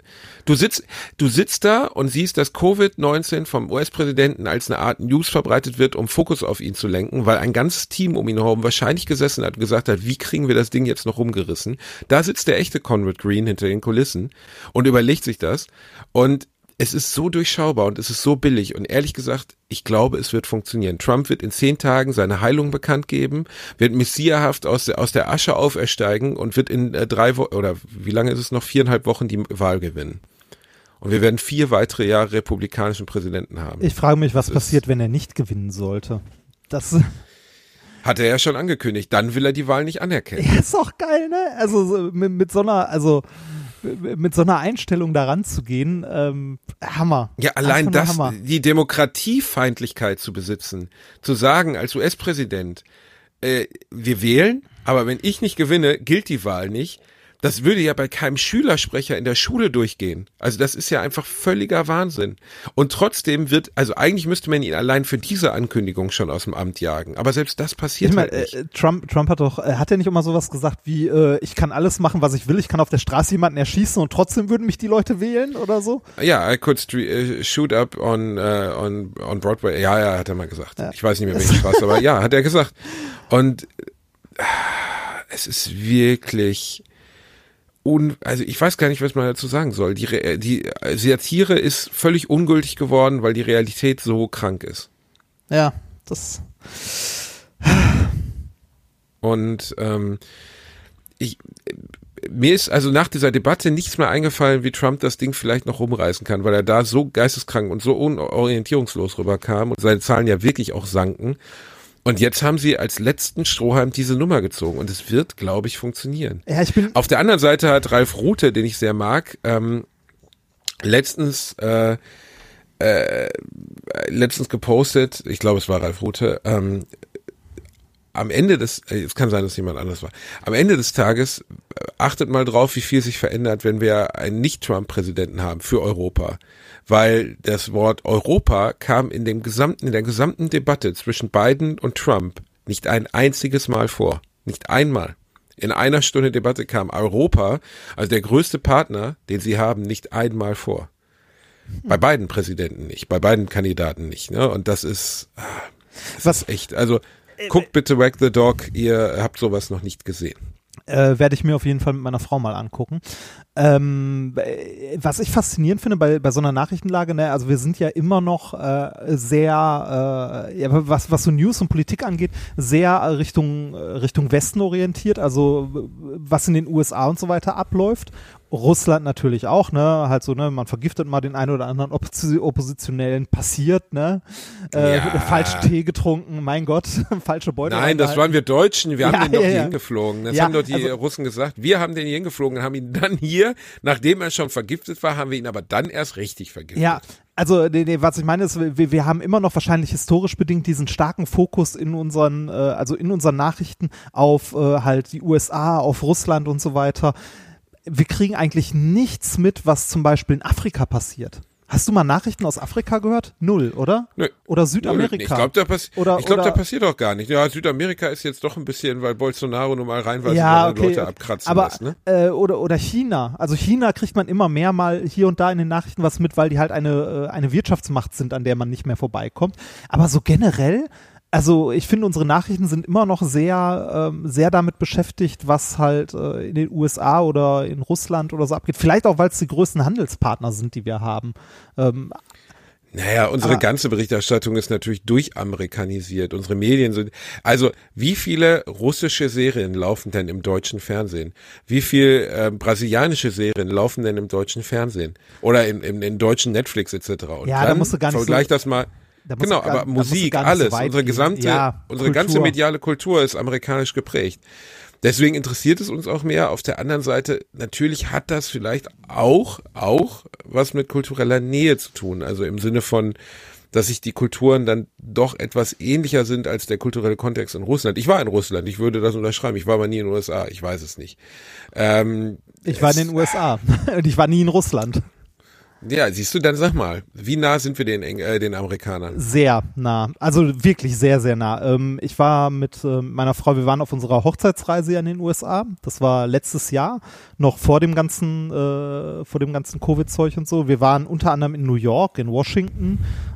du sitzt, du sitzt da und siehst, dass Covid neunzehn vom U S-Präsidenten als eine Art News verbreitet wird, um Fokus auf ihn zu lenken, weil ein ganzes Team um ihn herum wahrscheinlich gesessen hat und gesagt hat, wie kriegen wir das Ding jetzt noch rumgerissen? Da sitzt der echte Conrad Green hinter den Kulissen und überlegt sich das und es ist so durchschaubar und es ist so billig und ehrlich gesagt, ich glaube, es wird funktionieren. Trump wird in zehn Tagen seine Heilung bekannt geben, wird messiahaft aus der, aus der Asche aufersteigen und wird in äh, drei Wochen, oder wie lange ist es noch, viereinhalb Wochen die Wahl gewinnen. Und wir werden vier weitere Jahre republikanischen Präsidenten haben. Ich frage mich, was das passiert, wenn er nicht gewinnen sollte. Das hat er ja schon angekündigt. Dann will er die Wahl nicht anerkennen. Ja, ist doch geil, ne? Also so, mit, mit so einer, also mit so einer Einstellung daran zu gehen, ähm, Hammer. Ja, allein das, Hammer. Die Demokratiefeindlichkeit zu besitzen, zu sagen als U S-Präsident, äh, wir wählen, aber wenn ich nicht gewinne, gilt die Wahl nicht. Das würde ja bei keinem Schülersprecher in der Schule durchgehen. Also das ist ja einfach völliger Wahnsinn. Und trotzdem wird, also eigentlich müsste man ihn allein für diese Ankündigung schon aus dem Amt jagen. Aber selbst das passiert ich mein, halt nicht. Äh, Trump, Trump hat doch, äh, hat er nicht immer sowas gesagt wie, äh, ich kann alles machen, was ich will, ich kann auf der Straße jemanden erschießen und trotzdem würden mich die Leute wählen oder so? Ja, I could st- uh, shoot up on, uh, on, on Broadway. Ja, ja, hat er mal gesagt. Ja. Ich weiß nicht mehr, welche Straße, aber ja, hat er gesagt. Und äh, es ist wirklich un, also ich weiß gar nicht, was man dazu sagen soll. Die, Re, die Satire ist völlig ungültig geworden, weil die Realität so krank ist. Ja, das. Und ähm, ich, mir ist also nach dieser Debatte nichts mehr eingefallen, wie Trump das Ding vielleicht noch rumreißen kann, weil er da so geisteskrank und so unorientierungslos rüberkam und seine Zahlen ja wirklich auch sanken. Und jetzt haben sie als letzten Strohhalm diese Nummer gezogen und es wird, glaube ich, funktionieren. Ja, ich bin. Auf der anderen Seite hat Ralf Ruthe, den ich sehr mag, ähm, letztens äh, äh, letztens gepostet, ich glaube, es war Ralf Ruthe, ähm, am Ende des, es kann sein, dass jemand anders war, am Ende des Tages achtet mal drauf, wie viel sich verändert, wenn wir einen Nicht-Trump-Präsidenten haben für Europa. Weil das Wort Europa kam in dem gesamten, in der gesamten Debatte zwischen Biden und Trump nicht ein einziges Mal vor. Nicht einmal. In einer Stunde Debatte kam Europa, also der größte Partner, den sie haben, nicht einmal vor. Bei beiden Präsidenten nicht, bei beiden Kandidaten nicht, ne? Und das ist, das Was? ist echt, also guckt bitte Wag the Dog, ihr habt sowas noch nicht gesehen. Äh, werde ich mir auf jeden Fall mit meiner Frau mal angucken. Ähm, was ich faszinierend finde bei, bei so einer Nachrichtenlage, ne, also wir sind ja immer noch äh, sehr, äh, ja, was, was so News und Politik angeht, sehr Richtung, Richtung Westen orientiert, also was in den U S A und so weiter abläuft. Russland natürlich auch, ne, halt so, ne, man vergiftet mal den einen oder anderen Oppos- Oppositionellen, passiert, ne, äh, Ja. falsch Tee getrunken, mein Gott, falsche Beute. Nein, das waren wir Deutschen, wir Ja, haben den doch ja, hier ja. hingeflogen. Das Ja, haben doch die also- Russen gesagt. Wir haben den hier hingeflogen und haben ihn dann hier, nachdem er schon vergiftet war, haben wir ihn aber dann erst richtig vergiftet. Ja, also nee, nee, was ich meine ist, wir, wir haben immer noch wahrscheinlich historisch bedingt diesen starken Fokus in unseren, äh, also in unseren Nachrichten auf äh, halt die U S A, auf Russland und so weiter. Wir kriegen eigentlich nichts mit, was zum Beispiel in Afrika passiert. Hast du mal Nachrichten aus Afrika gehört? Null, oder? Nö. Oder Südamerika? Ich glaube, da, passi- Oder- ich glaub, oder- da passiert doch gar nicht. Ja, Südamerika ist jetzt doch ein bisschen, weil Bolsonaro nun mal reinweise Ja, seine okay, Leute okay. abkratzen aber lässt. Ne? äh, oder oder China. Also China kriegt man immer mehr mal hier und da in den Nachrichten was mit, weil die halt eine äh, eine Wirtschaftsmacht sind, an der man nicht mehr vorbeikommt. Aber so generell, also ich finde, unsere Nachrichten sind immer noch sehr ähm, sehr damit beschäftigt, was halt äh, in den U S A oder in Russland oder so abgeht. Vielleicht auch, weil es die größten Handelspartner sind, die wir haben. Ähm, Naja, unsere Aber- ganze Berichterstattung ist natürlich durchamerikanisiert. Unsere Medien sind, also wie viele russische Serien laufen denn im deutschen Fernsehen? Wie viel äh, brasilianische Serien laufen denn im deutschen Fernsehen? Oder in, in, in deutschen Netflix et cetera. Und Ja, da dann musst du gar nicht vergleich so- das mal. Da musst Genau, du gar- aber da musst du Musik, gar nicht so alles, weit unsere gehen. gesamte, Ja, unsere ganze Kultur. mediale Kultur ist amerikanisch geprägt. Deswegen interessiert es uns auch mehr. Auf der anderen Seite, natürlich hat das vielleicht auch, auch was mit kultureller Nähe zu tun. Also im Sinne von, dass sich die Kulturen dann doch etwas ähnlicher sind als der kulturelle Kontext in Russland. Ich war in Russland, ich würde das unterschreiben. Ich war aber nie in den U S A, ich weiß es nicht. Ähm, ich war in es- den U S A und ich war nie in Russland. Ja, siehst du, dann sag mal, wie nah sind wir den, Eng- äh, den Amerikanern? Sehr nah, also wirklich sehr, sehr nah. Ähm, ich war mit äh, meiner Frau, wir waren auf unserer Hochzeitsreise in den U S A. Das war letztes Jahr, noch vor dem ganzen, äh, vor dem ganzen Covid-Zeug und so. Wir waren unter anderem in New York, in Washington,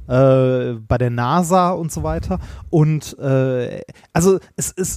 äh, bei der NASA und so weiter. Und äh, also es ist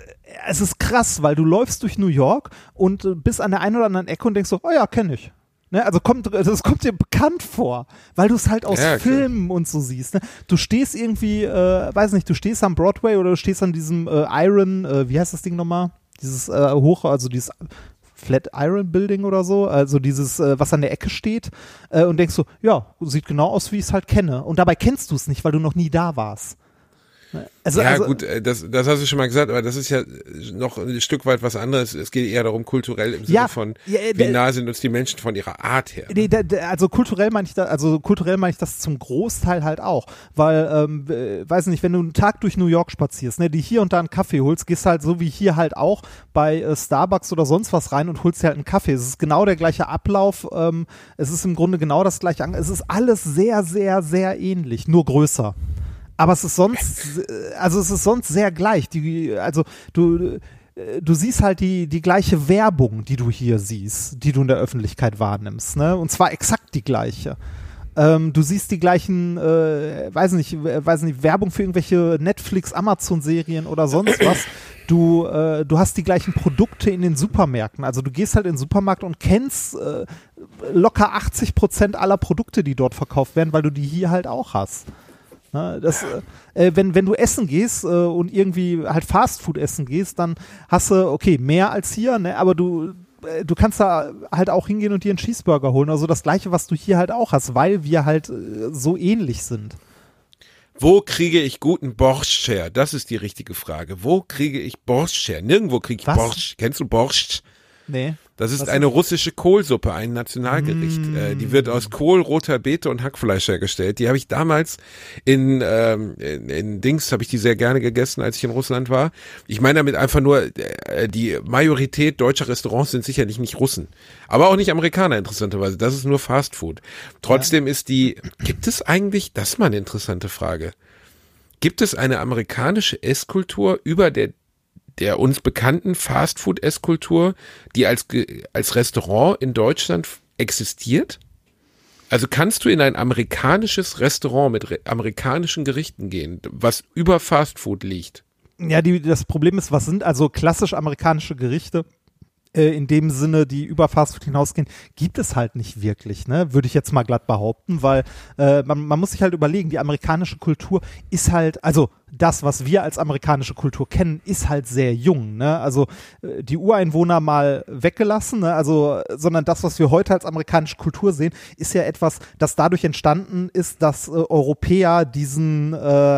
es ist krass, weil du läufst durch New York und äh, bist an der einen oder anderen Ecke und denkst so, oh ja, kenne ich. Ne, also kommt, das kommt dir bekannt vor, weil du es halt aus Ja, klar. Filmen und so siehst. Ne? Du stehst irgendwie, äh, weiß nicht, du stehst am Broadway oder du stehst an diesem äh, Iron, äh, wie heißt das Ding nochmal? Dieses äh, hoch, also dieses Flatiron Building oder so, also dieses, äh, was an der Ecke steht, äh, und denkst so, ja, sieht genau aus, wie ich es halt kenne. Und dabei kennst du es nicht, weil du noch nie da warst. Ne? Also, ja also, gut, äh, das, das hast du schon mal gesagt, aber das ist ja noch ein Stück weit was anderes. Es geht eher darum, kulturell im Sinne Ja, von, ja, äh, wie der- nah sind uns die Menschen von ihrer Art her. Nee, da, da, also kulturell meine ich da, also kulturell meine ich das zum Großteil halt auch, weil, ähm, äh, weiß nicht, wenn du einen Tag durch New York spazierst, ne, die hier und da einen Kaffee holst, gehst halt so wie hier halt auch bei äh, Starbucks oder sonst was rein und holst dir halt einen Kaffee. Es ist genau der gleiche Ablauf, ähm, es ist im Grunde genau das gleiche, An- es ist alles sehr, sehr, sehr ähnlich, nur größer. Aber es ist sonst, äh, also es ist sonst sehr gleich. Die, also du, äh, du siehst halt die, die gleiche Werbung, die du hier siehst, die du in der Öffentlichkeit wahrnimmst, ne? Und zwar exakt die gleiche. Ähm, du siehst die gleichen, äh, weiß nicht, äh, weiß nicht, Werbung für irgendwelche Netflix, Amazon-Serien oder sonst was. du, äh, du hast die gleichen Produkte in den Supermärkten. Also du gehst halt in den Supermarkt und kennst äh, locker achtzig Prozent aller Produkte, die dort verkauft werden, weil du die hier halt auch hast. Ne? Das, äh, wenn, wenn du essen gehst äh, und irgendwie halt Fastfood essen gehst, dann hast du, okay, mehr als hier, ne? Aber du du kannst da halt auch hingehen und dir einen Cheeseburger holen. Also das Gleiche, was du hier halt auch hast, weil wir halt äh, so ähnlich sind. Wo kriege ich guten Borscht her? Das ist die richtige Frage. Wo kriege ich Borscht her? Nirgendwo kriege ich Was? Borscht. Kennst du Borscht? Nee. Das ist Was eine ist? russische Kohlsuppe, ein Nationalgericht. Mm. Äh, die wird aus Kohl, roter Beete und Hackfleisch hergestellt. Die habe ich damals in, ähm, in, in Dings, habe ich die sehr gerne gegessen, als ich in Russland war. Ich meine damit einfach nur, äh, die Majorität deutscher Restaurants sind sicherlich nicht Russen. Aber auch nicht Amerikaner, interessanterweise. Das ist nur Fast Food. Trotzdem ja. ist die, gibt es eigentlich, das ist mal eine interessante Frage, gibt es eine amerikanische Esskultur über der der uns bekannten Fastfood-Esskultur, die als, als Restaurant in Deutschland existiert? Also kannst du in ein amerikanisches Restaurant mit re- amerikanischen Gerichten gehen, was über Fastfood liegt? Ja, die, das Problem ist, was sind also klassisch amerikanische Gerichte? In dem Sinne, die über Fastfood hinausgehen, gibt es halt nicht wirklich, ne? Würde ich jetzt mal glatt behaupten, weil äh, man, man muss sich halt überlegen, die amerikanische Kultur ist halt, also das, was wir als amerikanische Kultur kennen, ist halt sehr jung, ne? Also äh, die Ureinwohner mal weggelassen, ne? Also, sondern das, was wir heute als amerikanische Kultur sehen, ist ja etwas, das dadurch entstanden ist, dass äh, Europäer diesen,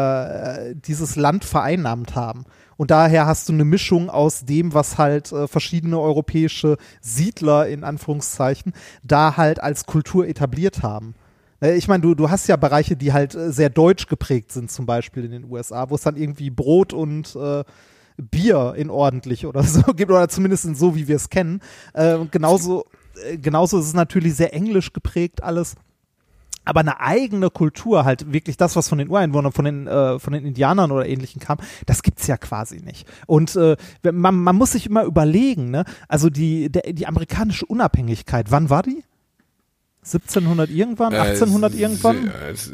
äh, dieses Land vereinnahmt haben. Und daher hast du eine Mischung aus dem, was halt äh, verschiedene europäische Siedler in Anführungszeichen da halt als Kultur etabliert haben. Äh, ich meine, du, du hast ja Bereiche, die halt äh, sehr deutsch geprägt sind, zum Beispiel in den U S A, wo es dann irgendwie Brot und äh, Bier in ordentlich oder so gibt, oder zumindest in so, wie wir es kennen. Äh, genauso, äh, genauso ist es natürlich sehr englisch geprägt alles. Aber eine eigene Kultur, halt wirklich das, was von den Ureinwohnern, von den, äh, von den Indianern oder Ähnlichen kam, das gibt's ja quasi nicht. Und äh, man, man muss sich immer überlegen, ne? Also die, der, die amerikanische Unabhängigkeit, wann war die? siebzehnhundert irgendwann? achtzehnhundert äh, irgendwann?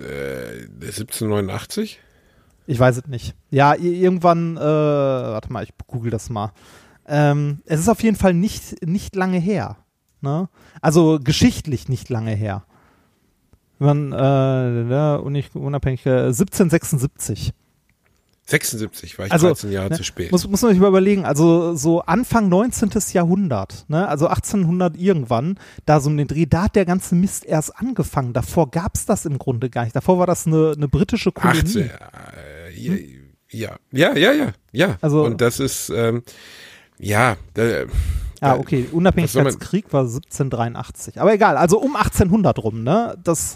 Äh, siebzehnhundertneunundachtzig? Ich weiß es nicht. Ja, irgendwann, äh, warte mal, ich google das mal. Ähm, es ist auf jeden Fall nicht, nicht lange her. Ne? Also geschichtlich nicht lange her. Man, äh, unabhängig, äh, siebzehnhundertsechsundsiebzig. sechsundsiebzig war ich also, dreizehn Jahre ne, zu spät. Muss, muss man sich mal überlegen, also so Anfang neunzehnten Jahrhundert, ne, also achtzehnhundert irgendwann, da so um den Dreh, da hat der ganze Mist erst angefangen. Davor gab's das im Grunde gar nicht. Davor war das eine, eine britische Kolonie. achtzehn, äh, hm? ja, ja, ja, ja, ja. Also, und das ist, ähm, ja, da, Ah, okay, Unabhängigkeitskrieg war siebzehnhundertdreiundachtzig. Aber egal, also um achtzehnhundert rum, ne? Das,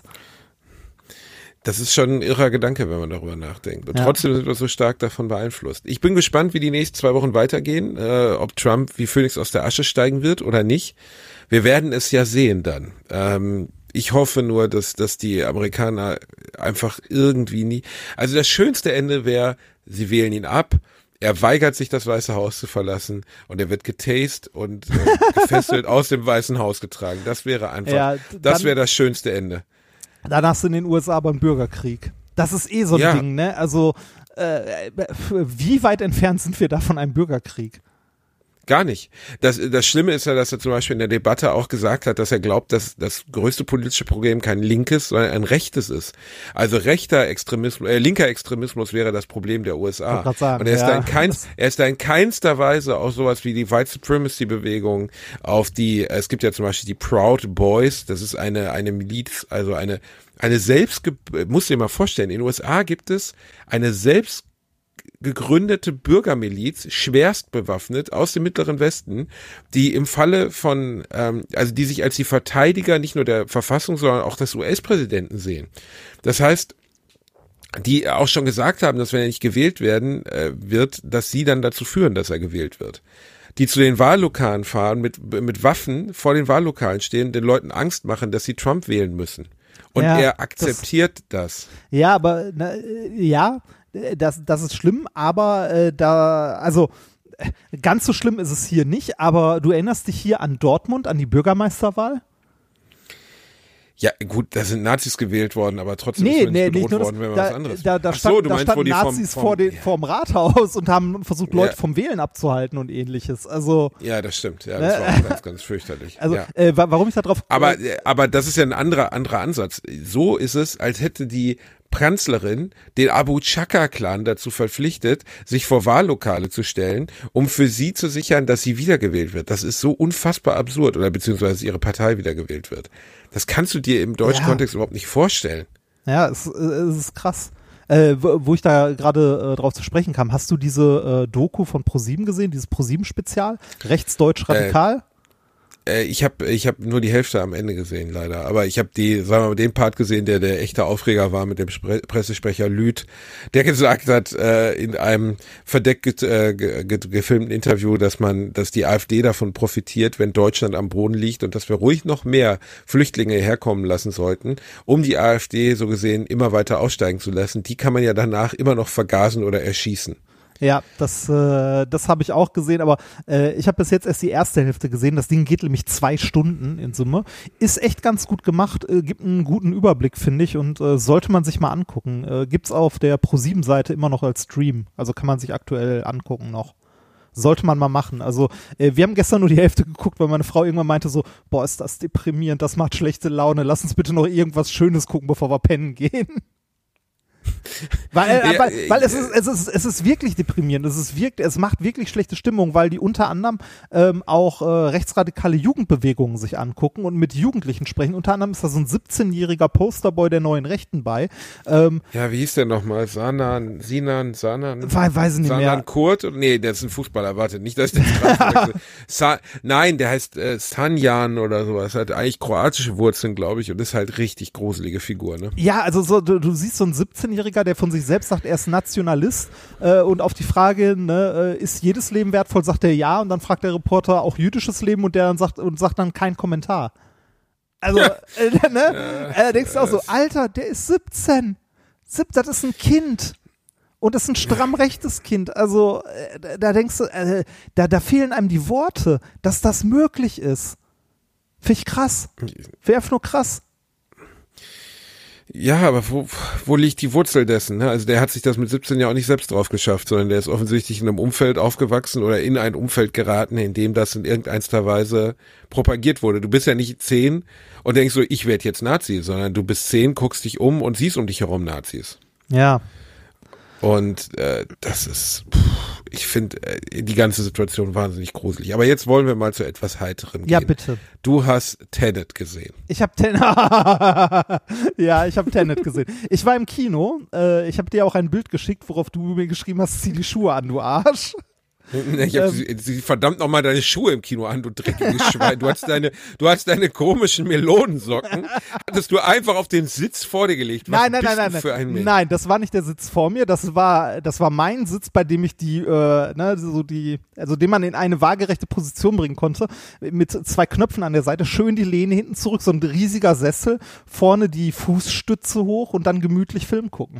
das ist schon ein irrer Gedanke, wenn man darüber nachdenkt. Und ja. trotzdem sind wir so stark davon beeinflusst. Ich bin gespannt, wie die nächsten zwei Wochen weitergehen, äh, ob Trump wie Phönix aus der Asche steigen wird oder nicht. Wir werden es ja sehen dann. Ähm, ich hoffe nur, dass, dass die Amerikaner einfach irgendwie nie, also das schönste Ende wäre, sie wählen ihn ab. Er weigert sich, das Weiße Haus zu verlassen und er wird getased und äh, gefesselt aus dem Weißen Haus getragen. Das wäre einfach, ja, dann, das wäre das schönste Ende. Dann hast du in den U S A aber einen Bürgerkrieg. Das ist eh so ein ja. Ding, ne? Also äh, wie weit entfernt sind wir da von einem Bürgerkrieg? Gar nicht. Das, das Schlimme ist ja, dass er zum Beispiel in der Debatte auch gesagt hat, dass er glaubt, dass das größte politische Problem kein linkes, sondern ein rechtes ist. Also rechter Extremismus, äh, linker Extremismus wäre das Problem der U S A. Ich wollte grad sagen, und er ist, ja. da in keins, er ist da in keinster Weise auf sowas wie die White Supremacy Bewegung, auf die, es gibt ja zum Beispiel die Proud Boys, das ist eine, eine Miliz, also eine, eine selbst, muss dir mal vorstellen, in den U S A gibt es eine selbst gegründete Bürgermiliz, schwerst bewaffnet aus dem Mittleren Westen, die im Falle von, ähm, also die sich als die Verteidiger nicht nur der Verfassung, sondern auch des U S-Präsidenten sehen. Das heißt, die auch schon gesagt haben, dass wenn er nicht gewählt werden äh, wird, dass sie dann dazu führen, dass er gewählt wird. Die zu den Wahllokalen fahren, mit, mit Waffen vor den Wahllokalen stehen, den Leuten Angst machen, dass sie Trump wählen müssen. Und ja, er akzeptiert das, das. Ja, aber na, ja, das, das ist schlimm, aber äh, da, also äh, ganz so schlimm ist es hier nicht, aber du erinnerst dich hier an Dortmund, an die Bürgermeisterwahl? Ja, gut, da sind Nazis gewählt worden, aber trotzdem nee, ist man nee, nicht bedroht nicht nur worden, das, wenn man da, was anderes da, da, Ach stand, so, du da meinst, standen wo die Nazis vom, vom, vor den, ja. vorm Rathaus und haben versucht, Leute Ja. vom Wählen abzuhalten und ähnliches. Also Ja, das stimmt. Ja, das war auch ganz, ganz fürchterlich. Also, ja. äh, wa- warum ich da drauf... Aber, äh, aber das ist ja ein anderer, anderer Ansatz. So ist es, als hätte die Kanzlerin den Abu Chaka-Clan dazu verpflichtet, sich vor Wahllokale zu stellen, um für sie zu sichern, dass sie wiedergewählt wird. Das ist so unfassbar absurd, oder beziehungsweise ihre Partei wiedergewählt wird. Das kannst du dir im deutschen Ja. Kontext überhaupt nicht vorstellen. Ja, es, es ist krass. Äh, wo, wo ich da gerade äh, drauf zu sprechen kam, hast du diese äh, Doku von ProSieben gesehen, dieses ProSieben-Spezial? Rechtsdeutsch radikal? Äh, äh, ich habe ich hab nur die Hälfte am Ende gesehen, leider. Aber ich habe die, sagen wir mal, den Part gesehen, der der echte Aufreger war mit dem Spre- Pressesprecher Lüth, der gesagt hat äh, in einem verdeckt äh, ge- ge- gefilmten Interview, dass man, dass die AfD davon profitiert, wenn Deutschland am Boden liegt und dass wir ruhig noch mehr Flüchtlinge herkommen lassen sollten, um die AfD so gesehen immer weiter aussteigen zu lassen. Die kann man ja danach immer noch vergasen oder erschießen. Ja, das, äh, das habe ich auch gesehen, aber äh, ich habe bis jetzt erst die erste Hälfte gesehen. Das Ding geht nämlich zwei Stunden in Summe. Ist echt ganz gut gemacht, äh, gibt einen guten Überblick, finde ich, und äh, sollte man sich mal angucken. Äh, gibt's auf der ProSieben-Seite immer noch als Stream, also kann man sich aktuell angucken noch. Sollte man mal machen. Also äh, wir haben gestern nur die Hälfte geguckt, weil meine Frau irgendwann meinte so, boah, ist das deprimierend, das macht schlechte Laune, lass uns bitte noch irgendwas Schönes gucken, bevor wir pennen gehen. Weil, äh, Ja, weil, weil äh, es, ist, es, ist, es ist wirklich deprimierend, es, ist wirkt, es macht wirklich schlechte Stimmung, weil die unter anderem ähm, auch äh, rechtsradikale Jugendbewegungen sich angucken und mit Jugendlichen sprechen. Unter anderem ist da so ein siebzehnjähriger Posterboy der Neuen Rechten bei. Ähm, Ja, wie hieß der nochmal? Sanan, Sinan, Sanan? Weiß- weiß ich nicht Sanan mehr. Kurt? Nee, der ist ein Fußballer, warte, nicht, dass ich den gerade verwechsel. Sa- Nein, der heißt äh, Sanjan oder sowas, hat eigentlich kroatische Wurzeln, glaube ich, und ist halt richtig gruselige Figur, ne? Ja, also so, du, du siehst so einen siebzehnjähriger, der von sich selbst sagt, er ist Nationalist äh, und auf die Frage, ne, äh, ist jedes Leben wertvoll, sagt er ja, und dann fragt der Reporter auch jüdisches Leben und der dann sagt und sagt dann kein Kommentar. Also, äh, ne, äh, denkst du auch so, Alter, der ist siebzehn. Sieb, das ist ein Kind. Und das ist ein stramm rechtes Kind. Also, äh, da denkst du, äh, da, da fehlen einem die Worte, dass das möglich ist. Finde ich krass. Wäre einfach nur krass. Ja, aber wo, wo liegt die Wurzel dessen? Ne? Also der hat sich das mit siebzehn ja auch nicht selbst drauf geschafft, sondern der ist offensichtlich in einem Umfeld aufgewachsen oder in ein Umfeld geraten, in dem das in irgendeiner Weise propagiert wurde. Du bist ja nicht zehn und denkst so, ich werde jetzt Nazi, sondern du bist zehn, guckst dich um und siehst um dich herum Nazis. Ja. Und äh, das ist, pff, ich finde äh, die ganze Situation wahnsinnig gruselig. Aber jetzt wollen wir mal zu etwas Heiterem gehen. Ja, bitte. Du hast Tenet gesehen. Ich habe Tenet. Ja, ich habe Tenet gesehen. Ich war im Kino. Äh, ich habe dir auch ein Bild geschickt, worauf du mir geschrieben hast, zieh die Schuhe an, du Arsch. Ich hab sie, sie verdammt nochmal deine Schuhe im Kino an, du dreckiges Schwein. Du hast deine, du hast deine komischen Melonensocken, hattest du einfach auf den Sitz vor dir gelegt. Was Nein, nein, bist nein, du nein, für ein nein. Mensch? Nein, das war nicht der Sitz vor mir. Das war, das war mein Sitz, bei dem ich die, äh, ne, so die, also den man in eine waagerechte Position bringen konnte, mit zwei Knöpfen an der Seite, schön die Lehne hinten zurück, so ein riesiger Sessel, vorne die Fußstütze hoch und dann gemütlich Film gucken.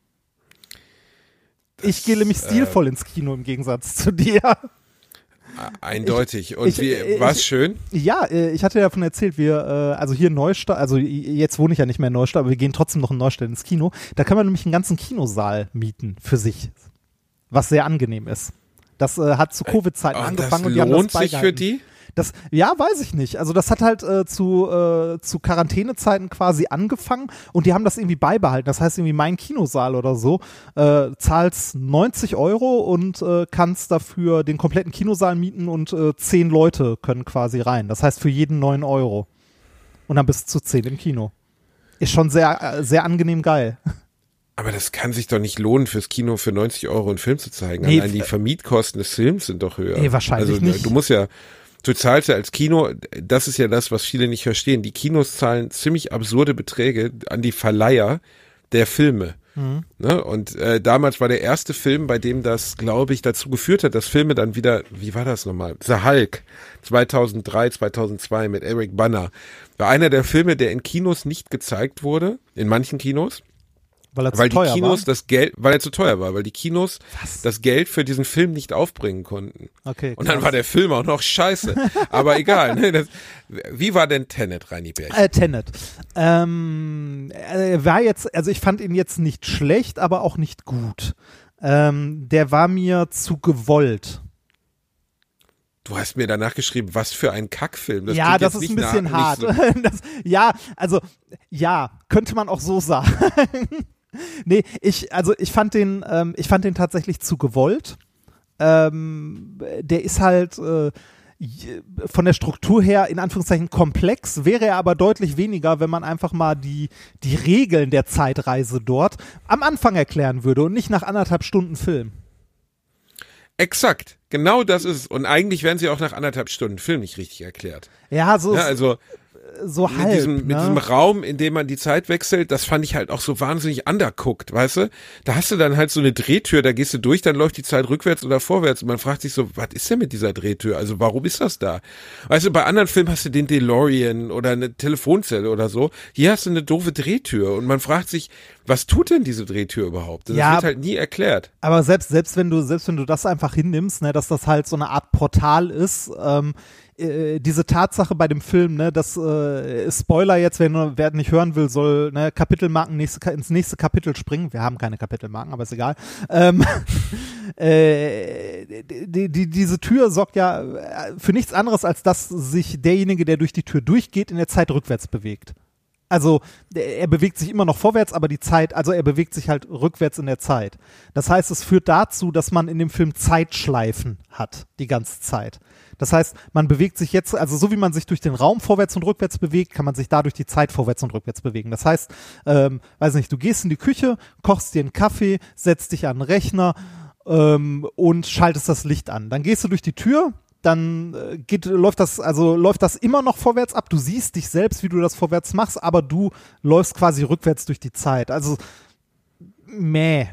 Ich gehe nämlich stilvoll äh, ins Kino im Gegensatz zu dir. Eindeutig. Und ich, wie, ich, war's ich, schön? Ja, ich hatte ja davon erzählt, wir, also hier in Neustadt, also jetzt wohne ich ja nicht mehr in Neustadt, aber wir gehen trotzdem noch in Neustadt ins Kino. Da kann man nämlich einen ganzen Kinosaal mieten für sich, was sehr angenehm ist. Das äh, hat zu Covid-Zeiten oh, angefangen das und die haben das lohnt sich für die? Das, ja, weiß ich nicht. Also das hat halt äh, zu, äh, zu Quarantänezeiten quasi angefangen und die haben das irgendwie beibehalten. Das heißt irgendwie mein Kinosaal oder so, äh, zahlst neunzig Euro und äh, kannst dafür den kompletten Kinosaal mieten und äh, zehn Leute können quasi rein. Das heißt für jeden neun Euro. Und dann bist du zu zehn im Kino. Ist schon sehr, äh, sehr angenehm geil. Aber das kann sich doch nicht lohnen, fürs Kino für neunzig Euro einen Film zu zeigen. Nee, Allein die Vermietkosten des Films sind doch höher. Nee, wahrscheinlich also, nicht. Du musst ja, du zahlst ja als Kino, das ist ja das, was viele nicht verstehen. Die Kinos zahlen ziemlich absurde Beträge an die Verleiher der Filme. Mhm. Ne? Und äh, damals war der erste Film, bei dem das, glaube ich, dazu geführt hat, dass Filme dann wieder, wie war das nochmal? The Hulk, zweitausenddrei, zweitausendzwei mit Eric Bana, war einer der Filme, der in Kinos nicht gezeigt wurde, in manchen Kinos. Weil, er zu weil die teuer Kinos war? das Geld, weil er zu teuer war, weil die Kinos Was? das Geld für diesen Film nicht aufbringen konnten. Okay, und dann krass. war der Film auch noch scheiße. Aber egal. Ne? Das, wie war denn Tenet, Reini Berg? Äh, Tenet. Ähm, er war jetzt, also ich fand ihn jetzt nicht schlecht, aber auch nicht gut. Ähm, der war mir zu gewollt. Du hast mir danach geschrieben, was für ein Kackfilm. Das ja, das ist ein bisschen nah, hart. So. das, ja, also, ja, könnte man auch so sagen. nee, ich, also ich fand den, ähm, ich fand den tatsächlich zu gewollt. Ähm, der ist halt äh, von der Struktur her in Anführungszeichen komplex, wäre er aber deutlich weniger, wenn man einfach mal die, die Regeln der Zeitreise dort am Anfang erklären würde und nicht nach anderthalb Stunden Film. Exakt, genau das ist es. Und eigentlich werden sie auch nach anderthalb Stunden Film nicht richtig erklärt. Ja, so ja, also so mit halb, diesem, ne? mit diesem Raum, in dem man die Zeit wechselt, das fand ich halt auch so wahnsinnig undercooked, weißt du? Da hast du dann halt so eine Drehtür, da gehst du durch, dann läuft die Zeit rückwärts oder vorwärts und man fragt sich so, was ist denn mit dieser Drehtür? Also warum ist das da? Weißt du, bei anderen Filmen hast du den DeLorean oder eine Telefonzelle oder so. Hier hast du eine doofe Drehtür und man fragt sich, was tut denn diese Drehtür überhaupt? Das ja, wird halt nie erklärt. Aber selbst, selbst wenn du, selbst wenn du das einfach hinnimmst, ne, dass das halt so eine Art Portal ist, ähm, äh, diese Tatsache bei dem Film, ne, dass äh, Spoiler jetzt, wenn wer nicht hören will, soll ne, Kapitelmarken nächste, ins nächste Kapitel springen. Wir haben keine Kapitelmarken, aber ist egal. Ähm, äh, die, die, diese Tür sorgt ja für nichts anderes, als dass sich derjenige, der durch die Tür durchgeht, in der Zeit rückwärts bewegt. Also er bewegt sich immer noch vorwärts, aber die Zeit, also er bewegt sich halt rückwärts in der Zeit. Das heißt, es führt dazu, dass man in dem Film Zeitschleifen hat, die ganze Zeit. Das heißt, man bewegt sich jetzt, also so wie man sich durch den Raum vorwärts und rückwärts bewegt, kann man sich dadurch die Zeit vorwärts und rückwärts bewegen. Das heißt, ähm, weiß nicht, du gehst in die Küche, kochst dir einen Kaffee, setzt dich an den Rechner ähm, und schaltest das Licht an. Dann gehst du durch die Tür, dann äh, geht, läuft das, also läuft das immer noch vorwärts ab. Du siehst dich selbst, wie du das vorwärts machst, aber du läufst quasi rückwärts durch die Zeit. Also, meh.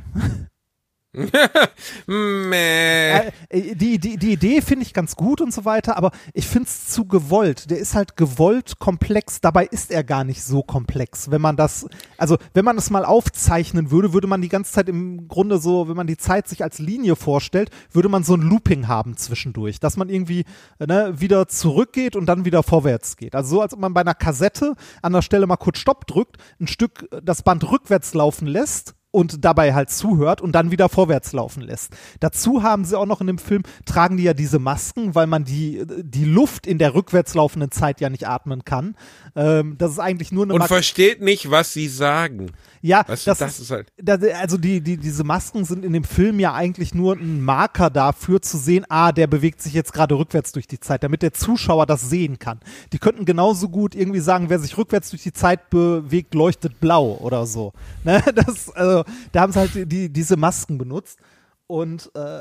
Meh. Äh, die, die, die Idee finde ich ganz gut und so weiter, aber ich finde es zu gewollt. Der ist halt gewollt komplex, dabei ist er gar nicht so komplex. Wenn man das, also wenn man es mal aufzeichnen würde, würde man die ganze Zeit im Grunde so, wenn man die Zeit sich als Linie vorstellt, würde man so ein Looping haben zwischendurch, dass man irgendwie ne, wieder zurückgeht und dann wieder vorwärts geht. Also so, als ob man bei einer Kassette an der Stelle mal kurz Stopp drückt, ein Stück das Band rückwärts laufen lässt, und dabei halt zuhört und dann wieder vorwärts laufen lässt. Dazu haben sie auch noch in dem Film, tragen die ja diese Masken, weil man die, die Luft in der rückwärts laufenden Zeit ja nicht atmen kann. Ähm, das ist eigentlich nur eine Und Mas- versteht nicht, was sie sagen. Ja, weißt du, das, das ist, ist halt. das, also die, die, diese Masken sind in dem Film ja eigentlich nur ein Marker dafür zu sehen, ah, der bewegt sich jetzt gerade rückwärts durch die Zeit, damit der Zuschauer das sehen kann. Die könnten genauso gut irgendwie sagen, wer sich rückwärts durch die Zeit bewegt, leuchtet blau oder so. Ne? Das, also, da haben sie halt die, die, diese Masken benutzt und äh,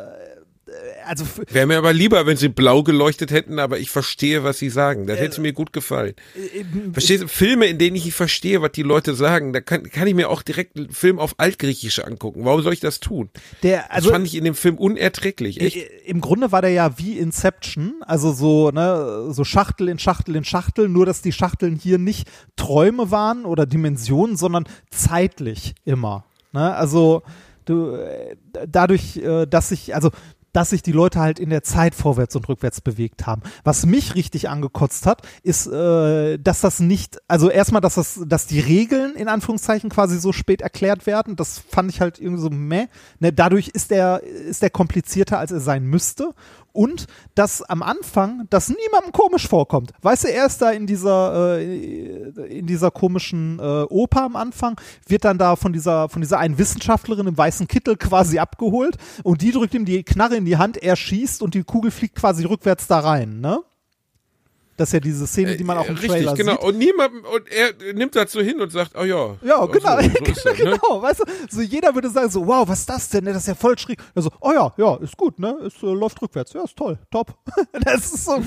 also wäre mir aber lieber, wenn sie blau geleuchtet hätten, aber ich verstehe, was sie sagen. Das äh, hätte mir gut gefallen. Äh, Verstehst du? Filme, in denen ich nicht verstehe, was die Leute sagen, da kann, kann ich mir auch direkt einen Film auf Altgriechisch angucken. Warum soll ich das tun? Der, also, das fand ich in dem Film unerträglich, echt. Äh, Im Grunde war der ja wie Inception, also so, ne, so Schachtel in Schachtel in Schachtel, nur dass die Schachteln hier nicht Träume waren oder Dimensionen, sondern zeitlich immer. Ne? Also du, äh, dadurch, äh, dass ich, also dass sich die Leute halt in der Zeit vorwärts und rückwärts bewegt haben. Was mich richtig angekotzt hat, ist, äh, dass das nicht, also erstmal, dass das, dass die Regeln in Anführungszeichen quasi so spät erklärt werden. Das fand ich halt irgendwie so meh. Ne, dadurch ist der, ist der komplizierter, als er sein müsste. Und dass am Anfang das niemandem komisch vorkommt. Weißt du, er ist da in dieser, äh, in dieser komischen äh, Oper am Anfang, wird dann da von dieser, von dieser einen Wissenschaftlerin im weißen Kittel quasi abgeholt und die drückt ihm die Knarre in die Hand, er schießt und die Kugel fliegt quasi rückwärts da rein, ne? Das ist ja diese Szene, die man auch im Richtig, Trailer genau. sieht. Und niemand, und er nimmt das so hin und sagt, oh ja. Ja, genau, so, so ist das, ne? genau, weißt du, so jeder würde sagen so, wow, was ist das denn, das ist ja voll schräg. Also, oh ja, ja, ist gut, ne, es äh, läuft rückwärts, ja, ist toll, top. Das ist so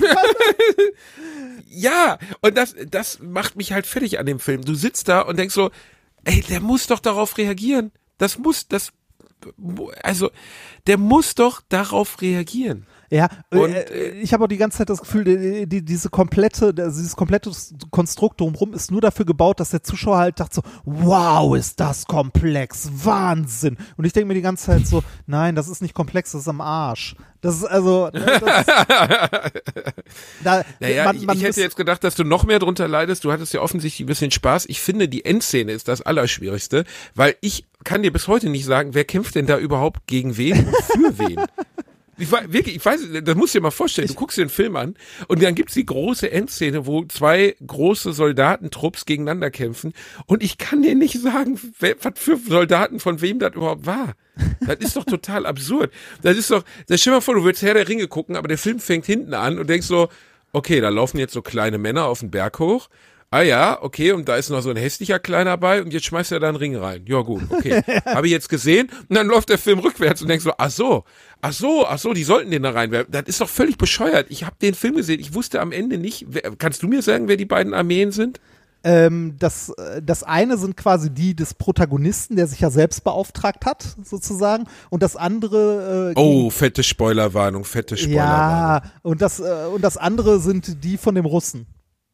ja, und das, das macht mich halt fertig an dem Film. Du sitzt da und denkst so, ey, der muss doch darauf reagieren. Das muss, das, also, der muss doch darauf reagieren. Ja, Und, äh, ich habe auch die ganze Zeit das Gefühl, die, die, diese komplette, dieses komplette Konstrukt drumherum ist nur dafür gebaut, dass der Zuschauer halt dachte so, wow, ist das komplex, Wahnsinn. Und ich denke mir die ganze Zeit so, nein, das ist nicht komplex, das ist am Arsch. Das ist also, ne, das, da, naja, man, ich, man ich hätte jetzt gedacht, dass du noch mehr drunter leidest. Du hattest ja offensichtlich ein bisschen Spaß. Ich finde, die Endszene ist das Allerschwierigste, weil ich kann dir bis heute nicht sagen, wer kämpft denn da überhaupt gegen wen und für wen. Ich weiß, wirklich, ich weiß, das musst du dir mal vorstellen, du guckst dir den Film an und dann gibt's die große Endszene, wo zwei große Soldatentrupps gegeneinander kämpfen und ich kann dir nicht sagen, wer, was für Soldaten von wem das überhaupt war. Das ist doch total absurd. Das ist doch, das stell dir mal vor, du willst Herr der Ringe gucken, aber der Film fängt hinten an und denkst so, okay, da laufen jetzt so kleine Männer auf den Berg hoch. Ah ja, okay, und da ist noch so ein hässlicher Kleiner bei und jetzt schmeißt er da einen Ring rein. Ja gut, okay. Habe ich jetzt gesehen und dann läuft der Film rückwärts und denkst so, ach so, ach so, ach so, die sollten den da reinwerfen. Das ist doch völlig bescheuert. Ich habe den Film gesehen, ich wusste am Ende nicht, wer, kannst du mir sagen, wer die beiden Armeen sind? Ähm, das, das eine sind quasi die des Protagonisten, der sich ja selbst beauftragt hat, sozusagen, und das andere äh, Oh, fette Spoilerwarnung, fette Spoilerwarnung. Ja, und das, äh, und das andere sind die von dem Russen.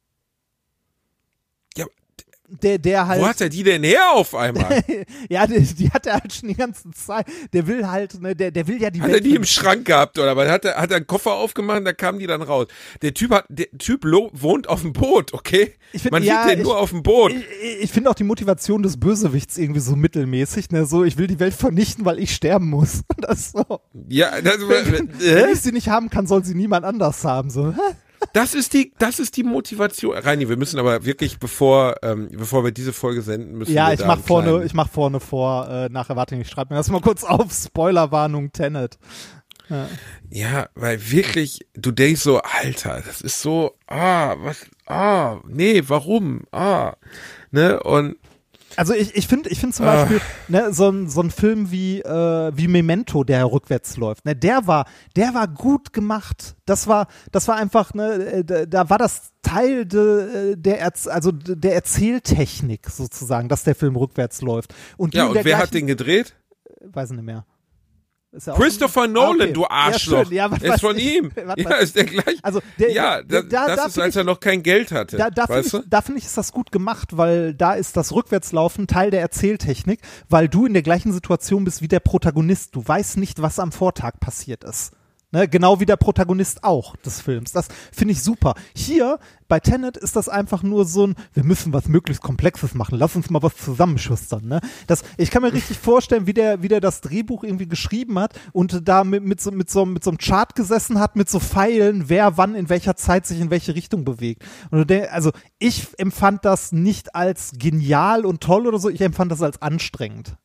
Der, der halt. Wo hat er die denn her auf einmal? Ja, die, die hat er halt schon die ganze Zeit. Der will halt, ne, der, der will ja die Hat Welt. er die im Schrank gehabt oder was? Hat er, hat er einen Koffer aufgemacht und da kamen die dann raus. Der Typ hat, der Typ lo, wohnt auf dem Boot, okay? Ich find, Man ja, sieht den ich, nur auf dem Boot. Ich, ich finde auch die Motivation des Bösewichts irgendwie so mittelmäßig, ne? So, ich will die Welt vernichten, weil ich sterben muss. Das ist so. Ja, das, Wenn, äh? wenn ich sie nicht haben kann, soll sie niemand anders haben. So, hä? Das ist die, das ist die Motivation. Reini, wir müssen aber wirklich, bevor, ähm, bevor wir diese Folge senden, müssen ja, wir ich da mach einen vorne, kleinen- ich mach vorne vor, äh, nachher, warte, ich schreibe mir das mal kurz auf, Spoilerwarnung Tenet. Ja. Ja, weil wirklich, du denkst so, Alter, das ist so, ah, was, ah, nee, warum, ah, ne, und Also ich, ich finde ich finde zum Beispiel, ne, so ein, so ein Film wie, äh, wie Memento, der rückwärts läuft, ne, der war, der war gut gemacht. Das war, das war einfach, ne, da, da war das Teil de, der, Erz, also der Erzähltechnik sozusagen, dass der Film rückwärts läuft. Und ja, die in und der wer gleichen, hat den gedreht? Weiß ich nicht mehr. Ist ja auch- Christopher Ah, Nolan, okay. du Arschloch. Ja, schön. Ja, was ist weiß von ich. ihm. Was Ja, weiß ist der gleich. Also der, ja, der, da, da, das da ist, find als ich, er noch kein Geld hatte. Da, da finde weißt ich, du? da find ich, ist das gut gemacht, weil da ist das Rückwärtslaufen Teil der Erzähltechnik, weil du in der gleichen Situation bist wie der Protagonist. Du weißt nicht, was am Vortag passiert ist. Ne, genau wie der Protagonist auch des Films. Das finde ich super. Hier bei Tenet ist das einfach nur so ein, wir müssen was möglichst Komplexes machen. Lass uns mal was zusammenschustern. Ne? Das, ich kann mir richtig vorstellen, wie der, wie der das Drehbuch irgendwie geschrieben hat und da mit, mit, so, mit, so, mit so einem Chart gesessen hat, mit so Pfeilen, wer wann in welcher Zeit sich in welche Richtung bewegt. Und du denkst, also ich empfand das nicht als genial und toll oder so, ich empfand das als anstrengend.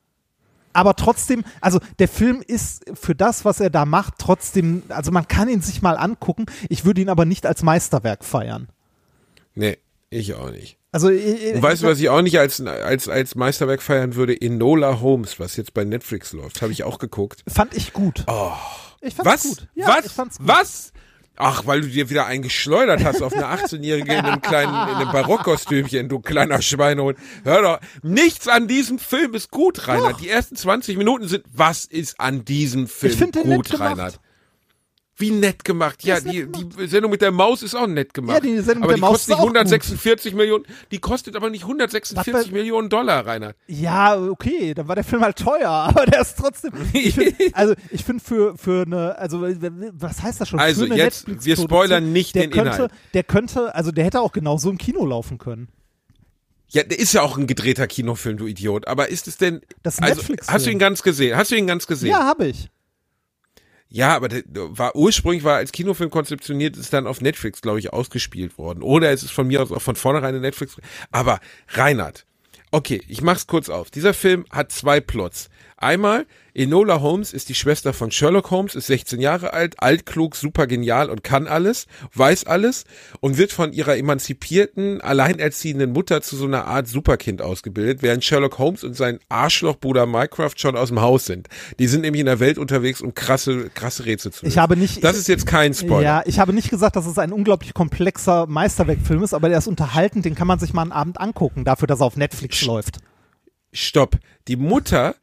Aber trotzdem, also der Film ist für das, was er da macht, trotzdem, also man kann ihn sich mal angucken. Ich würde ihn aber nicht als Meisterwerk feiern. Nee, ich auch nicht. Also, ich, Und weißt du, was ich auch nicht als, als, als Meisterwerk feiern würde? Enola Holmes, was jetzt bei Netflix läuft. Habe ich auch geguckt. Fand ich gut. Oh. Ich fand's Was? gut. Ja, was? Ich fand's gut. Was? Ach, weil du dir wieder einen geschleudert hast auf eine achtzehnjährige in einem kleinen, in einem Barockkostümchen, du kleiner Schweinehund. Hör doch, nichts an diesem Film ist gut, Reinhard. Doch. Die ersten zwanzig Minuten sind, was ist an diesem Film Ich find den nett gut, gemacht. Reinhard? Wie nett gemacht. Ja, ist nett die, gemacht. die Sendung mit der Maus ist auch nett gemacht. Ja, die Sendung aber mit der die Maus kostet ist nicht auch hundertsechsundvierzig Millionen, die kostet aber nicht hundertsechsundvierzig Was war- Millionen Dollar, Reinhard. Ja, okay, dann war der Film halt teuer, aber der ist trotzdem. Ich find, also ich finde für für eine, also was heißt das schon? Also, für eine jetzt, wir Netflix-Produktion, spoilern nicht der den könnte, Inhalt. Der könnte, also der hätte auch genauso im Kino laufen können. Ja, der ist ja auch ein gedrehter Kinofilm, du Idiot. Aber ist es denn, Das ist ein also, Netflix-Film. hast du ihn ganz gesehen? Hast du ihn ganz gesehen? Ja, habe ich. Ja, aber der war ursprünglich war als Kinofilm konzeptioniert, ist dann auf Netflix, glaube ich, ausgespielt worden. Oder es ist von mir aus auch von vornherein eine Netflix. Aber Reinhard, okay, ich mach's kurz auf. Dieser Film hat zwei Plots. Einmal, Enola Holmes ist die Schwester von Sherlock Holmes, ist sechzehn Jahre alt, altklug, super genial und kann alles, weiß alles und wird von ihrer emanzipierten, alleinerziehenden Mutter zu so einer Art Superkind ausgebildet, während Sherlock Holmes und sein Arschlochbruder Mycroft schon aus dem Haus sind. Die sind nämlich in der Welt unterwegs, um krasse, krasse Rätsel zu lösen. Ich habe nicht. Das ist jetzt kein Spoiler. Ja, ich habe nicht gesagt, dass es ein unglaublich komplexer Meisterwerkfilm ist, aber der ist unterhaltend, den kann man sich mal einen Abend angucken, dafür, dass er auf Netflix Sch- läuft. Stopp. Die Mutter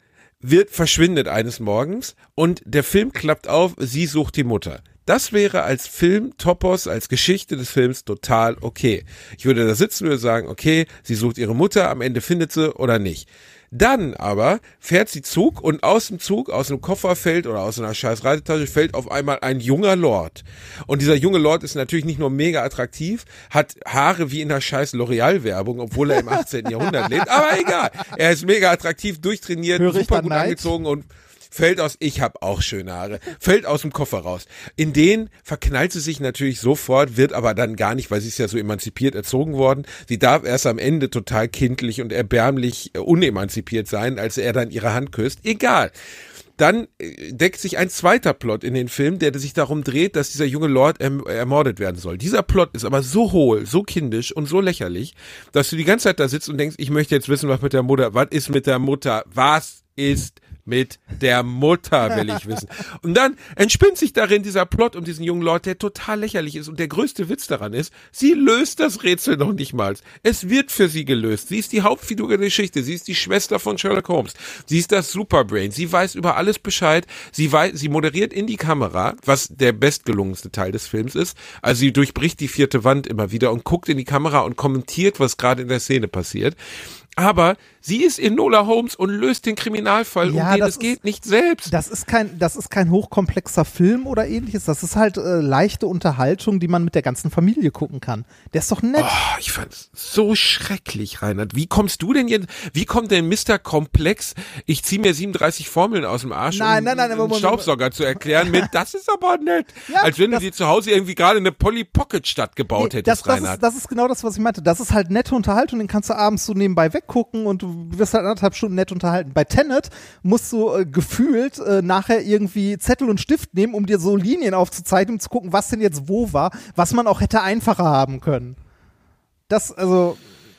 wird verschwindet eines Morgens und der Film klappt auf, sie sucht die Mutter. Das wäre als Film-Topos, als Geschichte des Films total okay. Ich würde da sitzen und würde sagen, okay, sie sucht ihre Mutter, am Ende findet sie oder nicht. Dann aber fährt sie Zug und aus dem Zug, aus dem Koffer fällt oder aus einer scheiß Reisetasche fällt auf einmal ein junger Lord. Und dieser junge Lord ist natürlich nicht nur mega attraktiv, hat Haare wie in der scheiß L'Oreal-Werbung, obwohl er im achtzehnten Jahrhundert lebt, aber egal. Er ist mega attraktiv, durchtrainiert, Höre ich super dann gut Neid? angezogen und fällt aus, ich habe auch schöne Haare, fällt aus dem Koffer raus. In den verknallt sie sich natürlich sofort, wird aber dann gar nicht, weil sie ist ja so emanzipiert erzogen worden. Sie darf erst am Ende total kindlich und erbärmlich äh, unemanzipiert sein, als er dann ihre Hand küsst. Egal. Dann äh, deckt sich ein zweiter Plot in den Film, der sich darum dreht, dass dieser junge Lord erm- ermordet werden soll. Dieser Plot ist aber so hohl, so kindisch und so lächerlich, dass du die ganze Zeit da sitzt und denkst, ich möchte jetzt wissen, was mit der Mutter, was ist mit der Mutter, was ist mit der Mutter, will ich wissen. Und dann entspinnt sich darin dieser Plot um diesen jungen Lord, der total lächerlich ist. Und der größte Witz daran ist, sie löst das Rätsel noch nicht mal. Es wird für sie gelöst. Sie ist die Hauptfigur der Geschichte. Sie ist die Schwester von Sherlock Holmes. Sie ist das Superbrain. Sie weiß über alles Bescheid. Sie weiß, sie moderiert in die Kamera, was der bestgelungenste Teil des Films ist. Also sie durchbricht die vierte Wand immer wieder und guckt in die Kamera und kommentiert, was gerade in der Szene passiert. Aber sie ist Enola Holmes und löst den Kriminalfall, Ja, um den das es ist- geht, nicht selbst. Das ist kein, das ist kein hochkomplexer Film oder ähnliches. Das ist halt äh, leichte Unterhaltung, die man mit der ganzen Familie gucken kann. Der ist doch nett. Oh, ich fand's so schrecklich, Reinhard. Wie kommst du denn jetzt, wie kommt denn Mister Komplex, ich zieh mir siebenunddreißig Formeln aus dem Arsch, Nein, um nein, nein, aber einen Moment. Staubsauger zu erklären mit, das ist aber nett. Ja, Als wenn du das- dir zu Hause irgendwie gerade eine Polly Pocket Stadt gebaut Nee, hättest, das, das, Reinhard. ist, das ist genau das, was ich meinte. Das ist halt nette Unterhaltung, den kannst du abends so nebenbei weggucken und du wirst halt anderthalb Stunden nett unterhalten. Bei Tenet musst du äh, gefühlt äh, nachher irgendwie Zettel und Stift nehmen, um dir so Linien aufzuzeichnen, um zu gucken, was denn jetzt wo war, was man auch hätte einfacher haben können. Das, also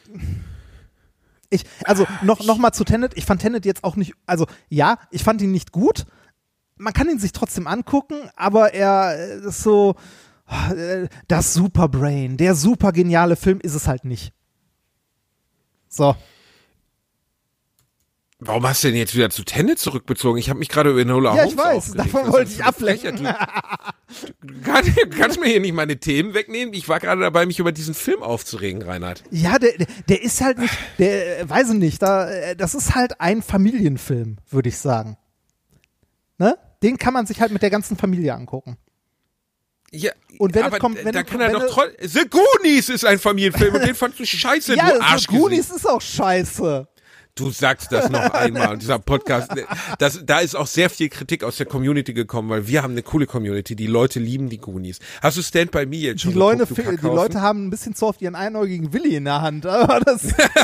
ich, also noch, noch mal zu Tenet, ich fand Tenet jetzt auch nicht, also ja, ich fand ihn nicht gut, man kann ihn sich trotzdem angucken, aber er äh, ist so, äh, das Superbrain, der super geniale Film ist es halt nicht. So. Warum hast du denn jetzt wieder zu Tenet zurückbezogen? Ich habe mich gerade über Enola Ja, Holmes ich weiß, aufgeregt. davon Was wollte ist ich das für eine ablenken. Frechheit? Du, du kannst, kannst mir hier nicht meine Themen wegnehmen. Ich war gerade dabei, mich über diesen Film aufzuregen, Reinhard. Ja, der, der, der ist halt nicht, der, äh, weiß ich nicht, da, äh, das ist halt ein Familienfilm, würde ich sagen. Ne? Den kann man sich halt mit der ganzen Familie angucken. Ja, Und wenn aber es kommt- wenn da es- kann er wenn doch es- trotzdem. The Goonies ist ein Familienfilm und den fandst du scheiße, Ja, du das Arschgesicht. Goonies ist auch scheiße. Du sagst das noch einmal und dieser Podcast, das, da ist auch sehr viel Kritik aus der Community gekommen, weil wir haben eine coole Community, die Leute lieben die Goonies. Hast du Stand By Me jetzt schon Die, Leute, geguckt, du die Kackhaufen? Leute haben ein bisschen zu oft ihren einäugigen Willi in der Hand. Aber das,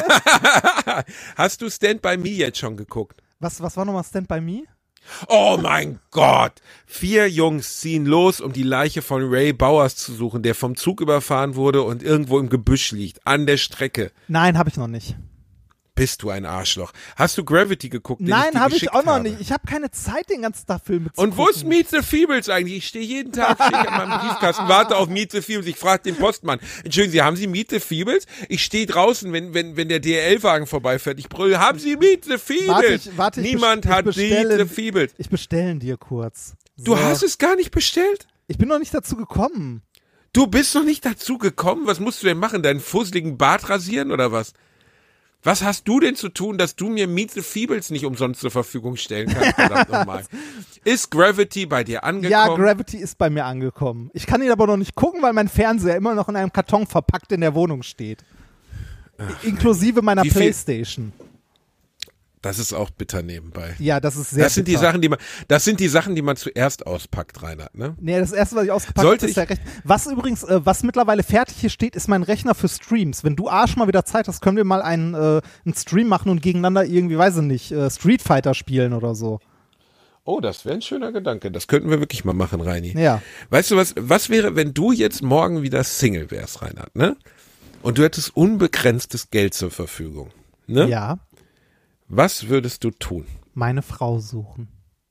Hast du Stand By Me jetzt schon geguckt? was, was war nochmal Stand By Me? Oh mein Gott! Vier Jungs ziehen los, um die Leiche von Ray Bowers zu suchen, der vom Zug überfahren wurde und irgendwo im Gebüsch liegt, an der Strecke. Nein, habe ich noch nicht. Bist du ein Arschloch. Hast du Gravity geguckt? Den Nein, dir habe ich geschickt auch noch habe? nicht. Ich habe keine Zeit, den ganzen Tag Filme zu Und gucken. wo ist Meet the Feebles eigentlich? Ich stehe jeden Tag steh ich an meinem Briefkasten, warte auf Meet the Feebles. Ich frage den Postmann, entschuldigen Sie, haben Sie Meet the Feebles? Ich stehe draußen, wenn, wenn, wenn der D H L-Wagen vorbeifährt. Ich brülle, haben Sie Meet the Feebles? Warte, ich, warte, ich Niemand best- ich hat Meet bestellen- the Feebles. Ich bestellen dir kurz. Du So. hast es gar nicht bestellt? Ich bin noch nicht dazu gekommen. Du bist noch nicht dazu gekommen? Was musst du denn machen? Deinen fusseligen Bart rasieren oder was? Was hast du denn zu tun, dass du mir Meet the Feebles nicht umsonst zur Verfügung stellen kannst? Verdammt nochmal. Ist Gravity bei dir angekommen? Ja, Gravity ist bei mir angekommen. Ich kann ihn aber noch nicht gucken, weil mein Fernseher immer noch in einem Karton verpackt in der Wohnung steht. Ach, Inklusive meiner wie viel- Playstation. Das ist auch bitter nebenbei. Ja, das ist sehr Das sind die bitter. Sachen, die man, das sind die Sachen, die man zuerst auspackt, Reinhard, ne? Nee, das erste, was ich ausgepackt Sollte habe, ist der Rechner. Was übrigens, äh, was mittlerweile fertig hier steht, ist mein Rechner für Streams. Wenn du Arsch mal wieder Zeit hast, können wir mal einen, äh, einen Stream machen und gegeneinander irgendwie, weiß ich nicht, äh, Street Fighter spielen oder so. Oh, das wäre ein schöner Gedanke. Das könnten wir wirklich mal machen, Reini. Ja. Weißt du was, was wäre, wenn du jetzt morgen wieder Single wärst, Reinhard, ne? Und du hättest unbegrenztes Geld zur Verfügung, ne? Ja, Was würdest du tun? meine Frau suchen.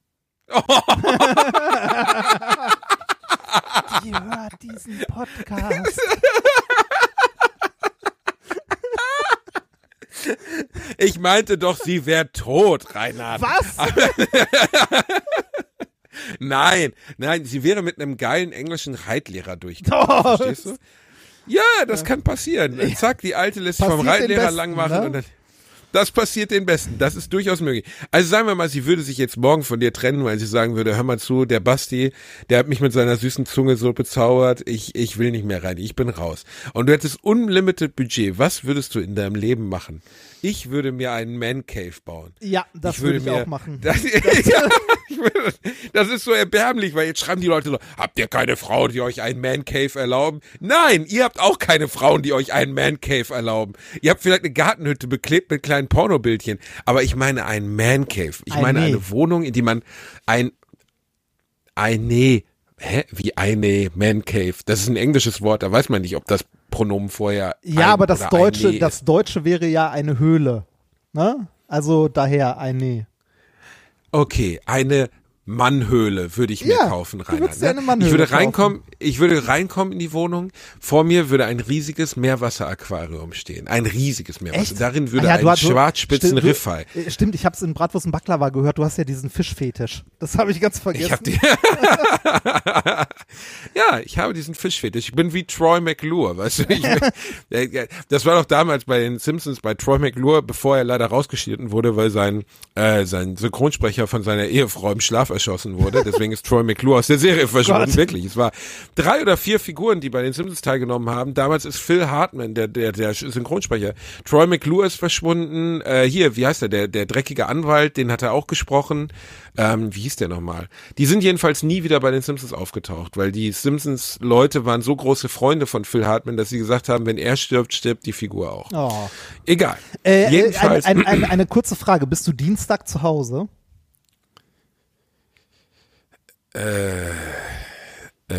Die hört diesen Podcast. Ich meinte doch, sie wäre tot, Reinhard. Was? Nein, nein, sie wäre mit einem geilen englischen Reitlehrer durchgekommen, oh, verstehst du? Ja, das ja. kann passieren. Zack, die Alte lässt sich vom Reitlehrer besten, lang machen, ne? Und dann, das passiert den Besten. Das ist durchaus möglich. Also sagen wir mal, sie würde sich jetzt morgen von dir trennen, weil sie sagen würde, hör mal zu, der Basti, der hat mich mit seiner süßen Zunge so bezaubert, ich, ich will nicht mehr rein, ich bin raus. Und du hättest unlimited Budget. Was würdest du in deinem Leben machen? Ich würde mir einen Man Cave bauen. Ja, das ich würde ich mir, auch machen. Das, ja, ich würde, das ist so erbärmlich, weil jetzt schreiben die Leute so, habt ihr keine Frau, die euch einen Man Cave erlauben? Nein, ihr habt auch keine Frauen, die euch einen Man Cave erlauben. Ihr habt vielleicht eine Gartenhütte beklebt mit kleinen Pornobildchen, aber ich meine einen Man Cave. Ich ein meine nee. eine Wohnung, in die man ein, ein nee, hä, wie eine Man Cave? Das ist ein englisches Wort, da weiß man nicht, ob das Pronomen vorher. Ja, aber das Deutsche, nee das Deutsche wäre ja eine Höhle, ne? Also daher ein Nee. Okay, eine Mannhöhle würde ich mir ja, kaufen, Reinhard. Ne? Eine ich würde reinkommen, kaufen. ich würde reinkommen in die Wohnung. Vor mir würde ein riesiges Meerwasseraquarium stehen. Ein riesiges Meerwasser. Echt? Darin würde ah, ja, ein schwarzspitzen Riffhai. Stimmt, ich habe es in Bratwurst und Baklava gehört. Du hast ja diesen Fischfetisch. Das habe ich ganz vergessen. Ich hab die ja, ich habe diesen Fischfetisch. Ich bin wie Troy McClure, weißt du? Ich, das war doch damals bei den Simpsons, bei Troy McClure, bevor er leider rausgeschnitten wurde, weil sein, äh, sein Synchronsprecher von seiner Ehefrau im Schlaf erschossen wurde. Deswegen ist Troy McClure aus der Serie verschwunden. Wirklich. Es war drei oder vier Figuren, die bei den Simpsons teilgenommen haben. Damals ist Phil Hartman, der, der, der Synchronsprecher. Troy McClure ist verschwunden. Äh, hier, wie heißt er? Der, der dreckige Anwalt, den hat er auch gesprochen. Ähm, wie hieß der nochmal? Die sind jedenfalls nie wieder bei den Simpsons aufgetaucht, weil die Simpsons-Leute waren so große Freunde von Phil Hartman, dass sie gesagt haben, wenn er stirbt, stirbt die Figur auch. Oh. Egal. Äh, jedenfalls. Eine, eine, eine, eine kurze Frage. Bist du Dienstag zu Hause? Äh, äh,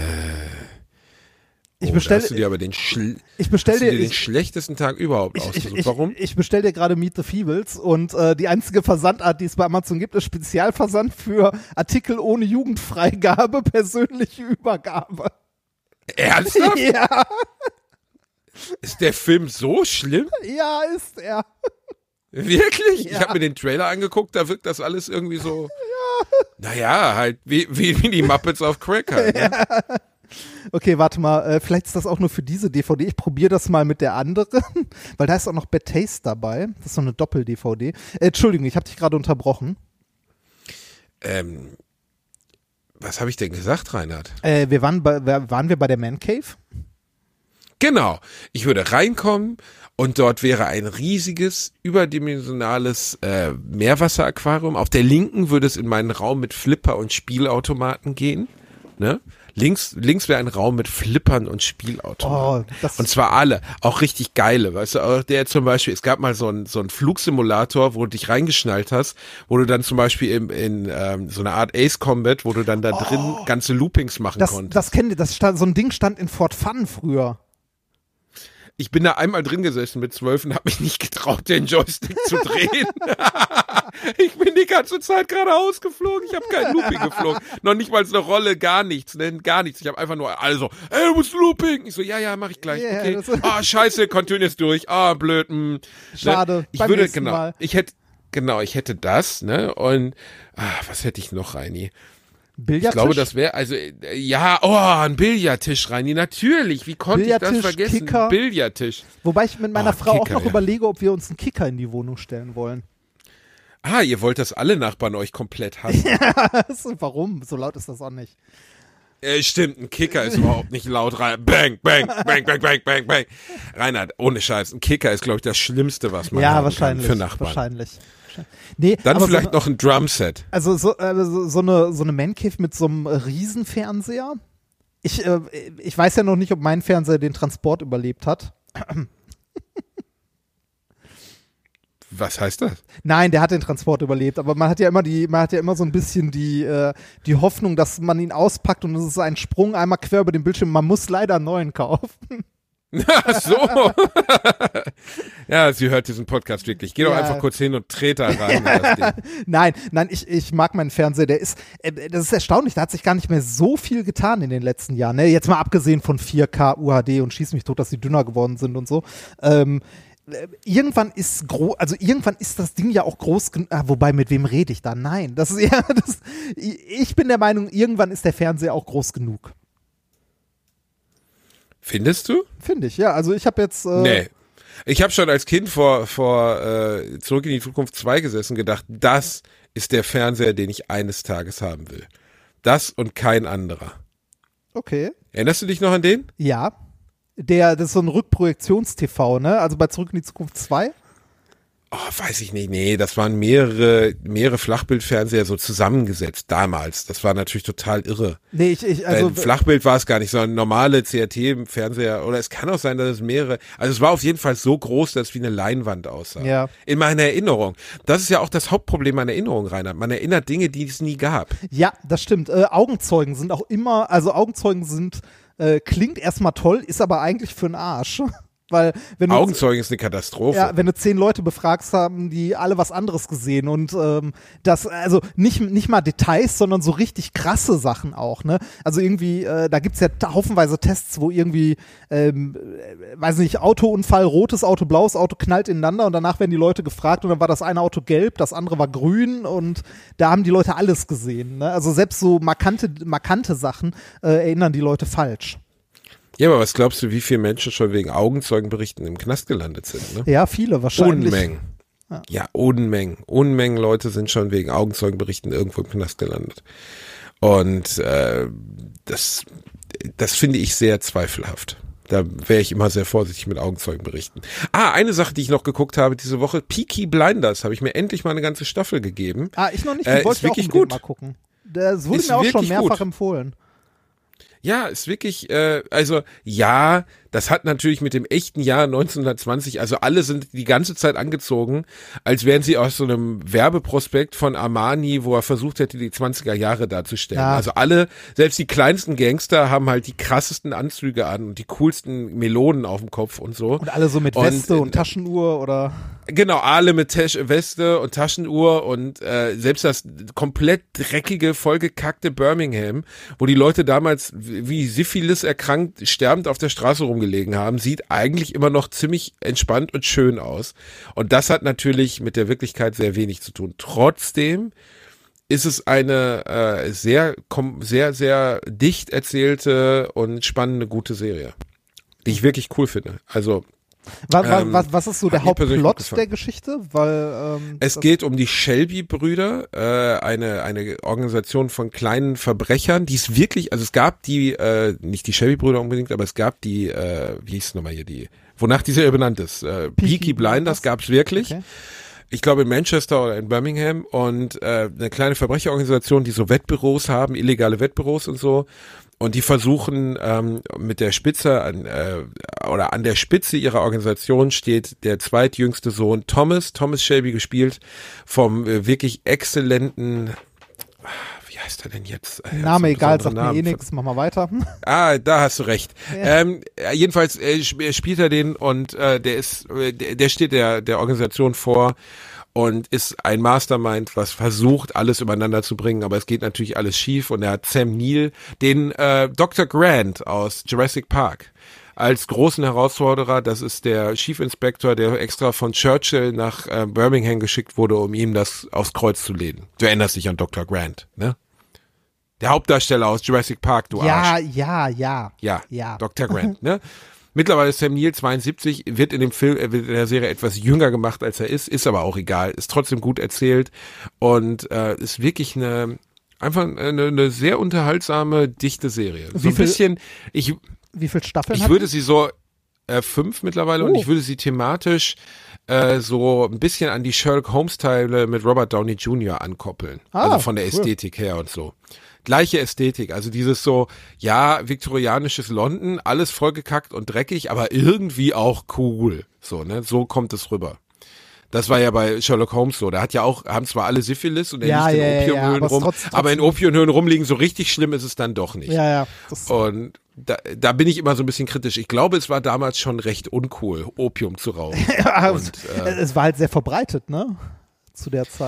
ich bestelle, oh, hast du dir aber den, Schl- ich bestell hast du dir, dir den ich, schlechtesten Tag überhaupt ich, ausgesucht. Ich, Warum? Ich, ich bestelle dir gerade Meet the Feebles und äh, die einzige Versandart, die es bei Amazon gibt, ist Spezialversand für Artikel ohne Jugendfreigabe, persönliche Übergabe. Ernsthaft? Ja. Ist der Film so schlimm? Ja, ist er. Wirklich? Ja. Ich habe mir den Trailer angeguckt, da wirkt das alles irgendwie so, ja. naja, halt wie, wie, wie die Muppets auf Crack halt. Ne? Ja. Okay, warte mal, äh, vielleicht ist das auch nur für diese D V D. Ich probiere das mal mit der anderen, weil da ist auch noch Bad Taste dabei. Das ist so eine Doppel-D V D. Äh, Entschuldigung, ich habe dich gerade unterbrochen. Ähm, was habe ich denn gesagt, Reinhard? Äh, wir waren, bei, waren wir bei der Man Cave? Genau. Ich würde reinkommen und dort wäre ein riesiges, überdimensionales äh, Meerwasseraquarium. Auf der linken würde es in meinen Raum mit Flipper und Spielautomaten gehen. Ne? Links, links wäre ein Raum mit Flippern und Spielautomaten. Oh, das und zwar alle, auch richtig geile, weißt du, auch der zum Beispiel, es gab mal so einen so einen Flugsimulator, wo du dich reingeschnallt hast, wo du dann zum Beispiel in, in ähm, so eine Art Ace Combat, wo du dann da drin oh, ganze Loopings machen das, konntest. Das kennt ihr, das stand, so ein Ding stand in Fort Fun früher. Ich bin da einmal drin gesessen mit zwölf und habe mich nicht getraut, den Joystick zu drehen. Ich bin die ganze Zeit geradeaus geflogen. Ich habe kein Looping geflogen. Noch nicht mal eine Rolle, gar nichts, ne? Gar nichts. Ich habe einfach nur, also, ey, du musst Looping. Ich so, ja, ja, mach ich gleich. Yeah, okay. Ah, oh, scheiße, continue jetzt durch. Ah, oh, blöd. Mh. Schade. Ne? Ich würde, genau, Mal. ich hätte, genau, ich hätte das, ne? Und, ah, was hätte ich noch, Reini? Billardtisch? Ich glaube, das wäre, also, ja, oh, ein Billardtisch, Reini, natürlich. Wie konnte ich das vergessen? Kicker. Billardtisch. Wobei ich mit meiner oh, Frau Kicker, auch noch ja. überlege, ob wir uns einen Kicker in die Wohnung stellen wollen. Ah, ihr wollt, dass alle Nachbarn euch komplett hassen. Ja, warum? So laut ist das auch nicht. Äh, stimmt, ein Kicker ist überhaupt nicht laut. Rein. Bang, bang, bang, bang, bang, bang, bang. Reinhard, ohne Scheiß, ein Kicker ist, glaube ich, das Schlimmste, was man ja, haben wahrscheinlich, kann für Nachbarn. Wahrscheinlich. Nee, Dann aber vielleicht so, noch ein Drumset. Also so, äh, so, so eine, so eine Man-Cave mit so einem Riesenfernseher. Ich, äh, ich weiß ja noch nicht, ob mein Fernseher den Transport überlebt hat. Was heißt das? Nein, der hat den Transport überlebt, aber man hat ja immer die, man hat ja immer so ein bisschen die, äh, die Hoffnung, dass man ihn auspackt und es ist ein Sprung einmal quer über den Bildschirm. Man muss leider einen neuen kaufen. Ach so. Ja, sie hört diesen Podcast wirklich. Geh doch ja. einfach kurz hin und trete da rein. Das Ding. Nein, nein, ich, ich mag meinen Fernseher. Der ist, äh, das ist erstaunlich. Da hat sich gar nicht mehr so viel getan in den letzten Jahren. Ne? Jetzt mal abgesehen von vier K, U H D und schieß mich tot, dass sie dünner geworden sind und so. Ähm, irgendwann ist groß, also irgendwann ist das Ding ja auch groß genug, ah, wobei, mit wem rede ich da? Nein, das ist ja, das, ich bin der Meinung, irgendwann ist der Fernseher auch groß genug. Findest du? Finde ich, ja, also ich habe jetzt äh, Nee. Ich habe schon als Kind vor, vor äh, Zurück in die Zukunft zwei gesessen und gedacht, das ist der Fernseher, den ich eines Tages haben will. Das und kein anderer. Okay. Erinnerst du dich noch an den? Ja. Der, das ist so ein Rückprojektions-T V, ne? Also bei Zurück in die Zukunft zwei. Oh, weiß ich nicht. Nee, das waren mehrere, mehrere Flachbildfernseher so zusammengesetzt damals. Das war natürlich total irre. Nee, ich, ich also. Äh, Flachbild war es gar nicht, sondern normale C R T-Fernseher. Oder es kann auch sein, dass es mehrere, also es war auf jeden Fall so groß, dass es wie eine Leinwand aussah. Ja. In meiner Erinnerung. Das ist ja auch das Hauptproblem meiner Erinnerung, Reinhard. Man erinnert Dinge, die es nie gab. Ja, das stimmt. Äh, Augenzeugen sind auch immer, also Augenzeugen sind, äh, klingt erstmal toll, ist aber eigentlich für den Arsch. Weil, wenn du, Augenzeugen ist eine Katastrophe. Ja, wenn du zehn Leute befragst, haben die alle was anderes gesehen und ähm, das, also nicht, nicht mal Details, sondern so richtig krasse Sachen auch, ne? Also irgendwie, äh, da gibt's ja haufenweise Tests, wo irgendwie, ähm, äh, weiß nicht, Autounfall, rotes Auto, blaues Auto knallt ineinander und danach werden die Leute gefragt und dann war das eine Auto gelb, das andere war grün und da haben die Leute alles gesehen, ne? Also selbst so markante, markante Sachen äh, erinnern die Leute falsch. Ja, aber was glaubst du, wie viele Menschen schon wegen Augenzeugenberichten im Knast gelandet sind? Ne? Ja, viele wahrscheinlich. Unmengen. Ja. ja, Unmengen. Unmengen Leute sind schon wegen Augenzeugenberichten irgendwo im Knast gelandet. Und äh, das, das finde ich sehr zweifelhaft. Da wäre ich immer sehr vorsichtig mit Augenzeugenberichten. Ah, eine Sache, die ich noch geguckt habe diese Woche, Peaky Blinders, habe ich mir endlich mal eine ganze Staffel gegeben. Ah, ich noch nicht, die äh, wollte ich auch wirklich gut. mal gucken. Das wurde ist mir auch schon mehrfach gut. empfohlen. Ja, ist wirklich, äh, also ja, das hat natürlich mit dem echten Jahr neunzehnhundertzwanzig, also alle sind die ganze Zeit angezogen, als wären sie aus so einem Werbeprospekt von Armani, wo er versucht hätte, die zwanziger Jahre darzustellen. Ja. Also alle, selbst die kleinsten Gangster haben halt die krassesten Anzüge an und die coolsten Melonen auf dem Kopf und so. Und alle so mit Weste und, und Taschenuhr oder? Genau, alle mit Tasch- Weste und Taschenuhr und äh, selbst das komplett dreckige, vollgekackte Birmingham, wo die Leute damals wie Syphilis erkrankt, sterbend auf der Straße rumgelegen haben, sieht eigentlich immer noch ziemlich entspannt und schön aus. Und das hat natürlich mit der Wirklichkeit sehr wenig zu tun. Trotzdem ist es eine äh, sehr, sehr, sehr dicht erzählte und spannende, gute Serie, die ich wirklich cool finde. Also Was, ähm, was, was ist so der hat mir persönlich gut Hauptplot gefallen. der Geschichte? Weil ähm, Es das- geht um die Shelby-Brüder, äh, eine eine Organisation von kleinen Verbrechern, die es wirklich, also es gab die, äh, nicht die Shelby-Brüder unbedingt, aber es gab die, äh, wie hieß es nochmal hier, die, wonach die Serie benannt ist, äh, Peaky Peaky Blinders gab es wirklich. Okay. Ich glaube in Manchester oder in Birmingham und äh, eine kleine Verbrecherorganisation, die so Wettbüros haben, illegale Wettbüros und so. Und die versuchen ähm, mit der Spitze an, äh, oder an der Spitze ihrer Organisation steht der zweitjüngste Sohn Thomas, Thomas Shelby, gespielt vom äh, wirklich exzellenten, wie heißt er denn jetzt? Er hat Name so einen egal, besonderen sagt mir Namen. eh nix, mach mal weiter. Ah, da hast du recht. Ja. Ähm, äh, jedenfalls äh, sp- spielt er den und äh, der ist, äh, der, der steht der der Organisation vor und ist ein Mastermind, was versucht, alles übereinander zu bringen, aber es geht natürlich alles schief und er hat Sam Neill, den äh, Doktor Grant aus Jurassic Park, als großen Herausforderer. Das ist der Chief Inspector, der extra von Churchill nach äh, Birmingham geschickt wurde, um ihm das aufs Kreuz zu legen. Du erinnerst dich an Doktor Grant, ne? Der Hauptdarsteller aus Jurassic Park, du Ja, Arsch. ja, ja. Ja, Ja. Doktor Grant, ne? Mittlerweile ist Sam Neill zweiundsiebzig, wird in dem Film, äh, wird in der Serie etwas jünger gemacht, als er ist, ist aber auch egal, ist trotzdem gut erzählt und äh, ist wirklich eine, einfach eine, eine sehr unterhaltsame, dichte Serie. So Wie ein viel- bisschen, ich, Wie viele Staffeln ich hat würde die? sie so, äh, fünf mittlerweile und Oh. ich würde sie thematisch äh, so ein bisschen an die Sherlock Holmes Teile mit Robert Downey Junior ankoppeln. Ah, also von der cool. Ästhetik her und so. Gleiche Ästhetik, also dieses so, ja, viktorianisches London, alles vollgekackt und dreckig, aber irgendwie auch cool. So, ne, so kommt es rüber. Das war ja bei Sherlock Holmes so. Da hat ja auch, haben zwar alle Syphilis und er Ja, liegt ja, ja, in ja, Opiumhöhlen aber es rum, trotzdem- aber in Opiumhöhlen rumliegen, so richtig schlimm ist es dann doch nicht. Ja, ja. Das, Und da, da bin ich immer so ein bisschen kritisch. Ich glaube, es war damals schon recht uncool, Opium zu rauchen. ja, und, äh, es war halt sehr verbreitet, ne? Zu der Zeit.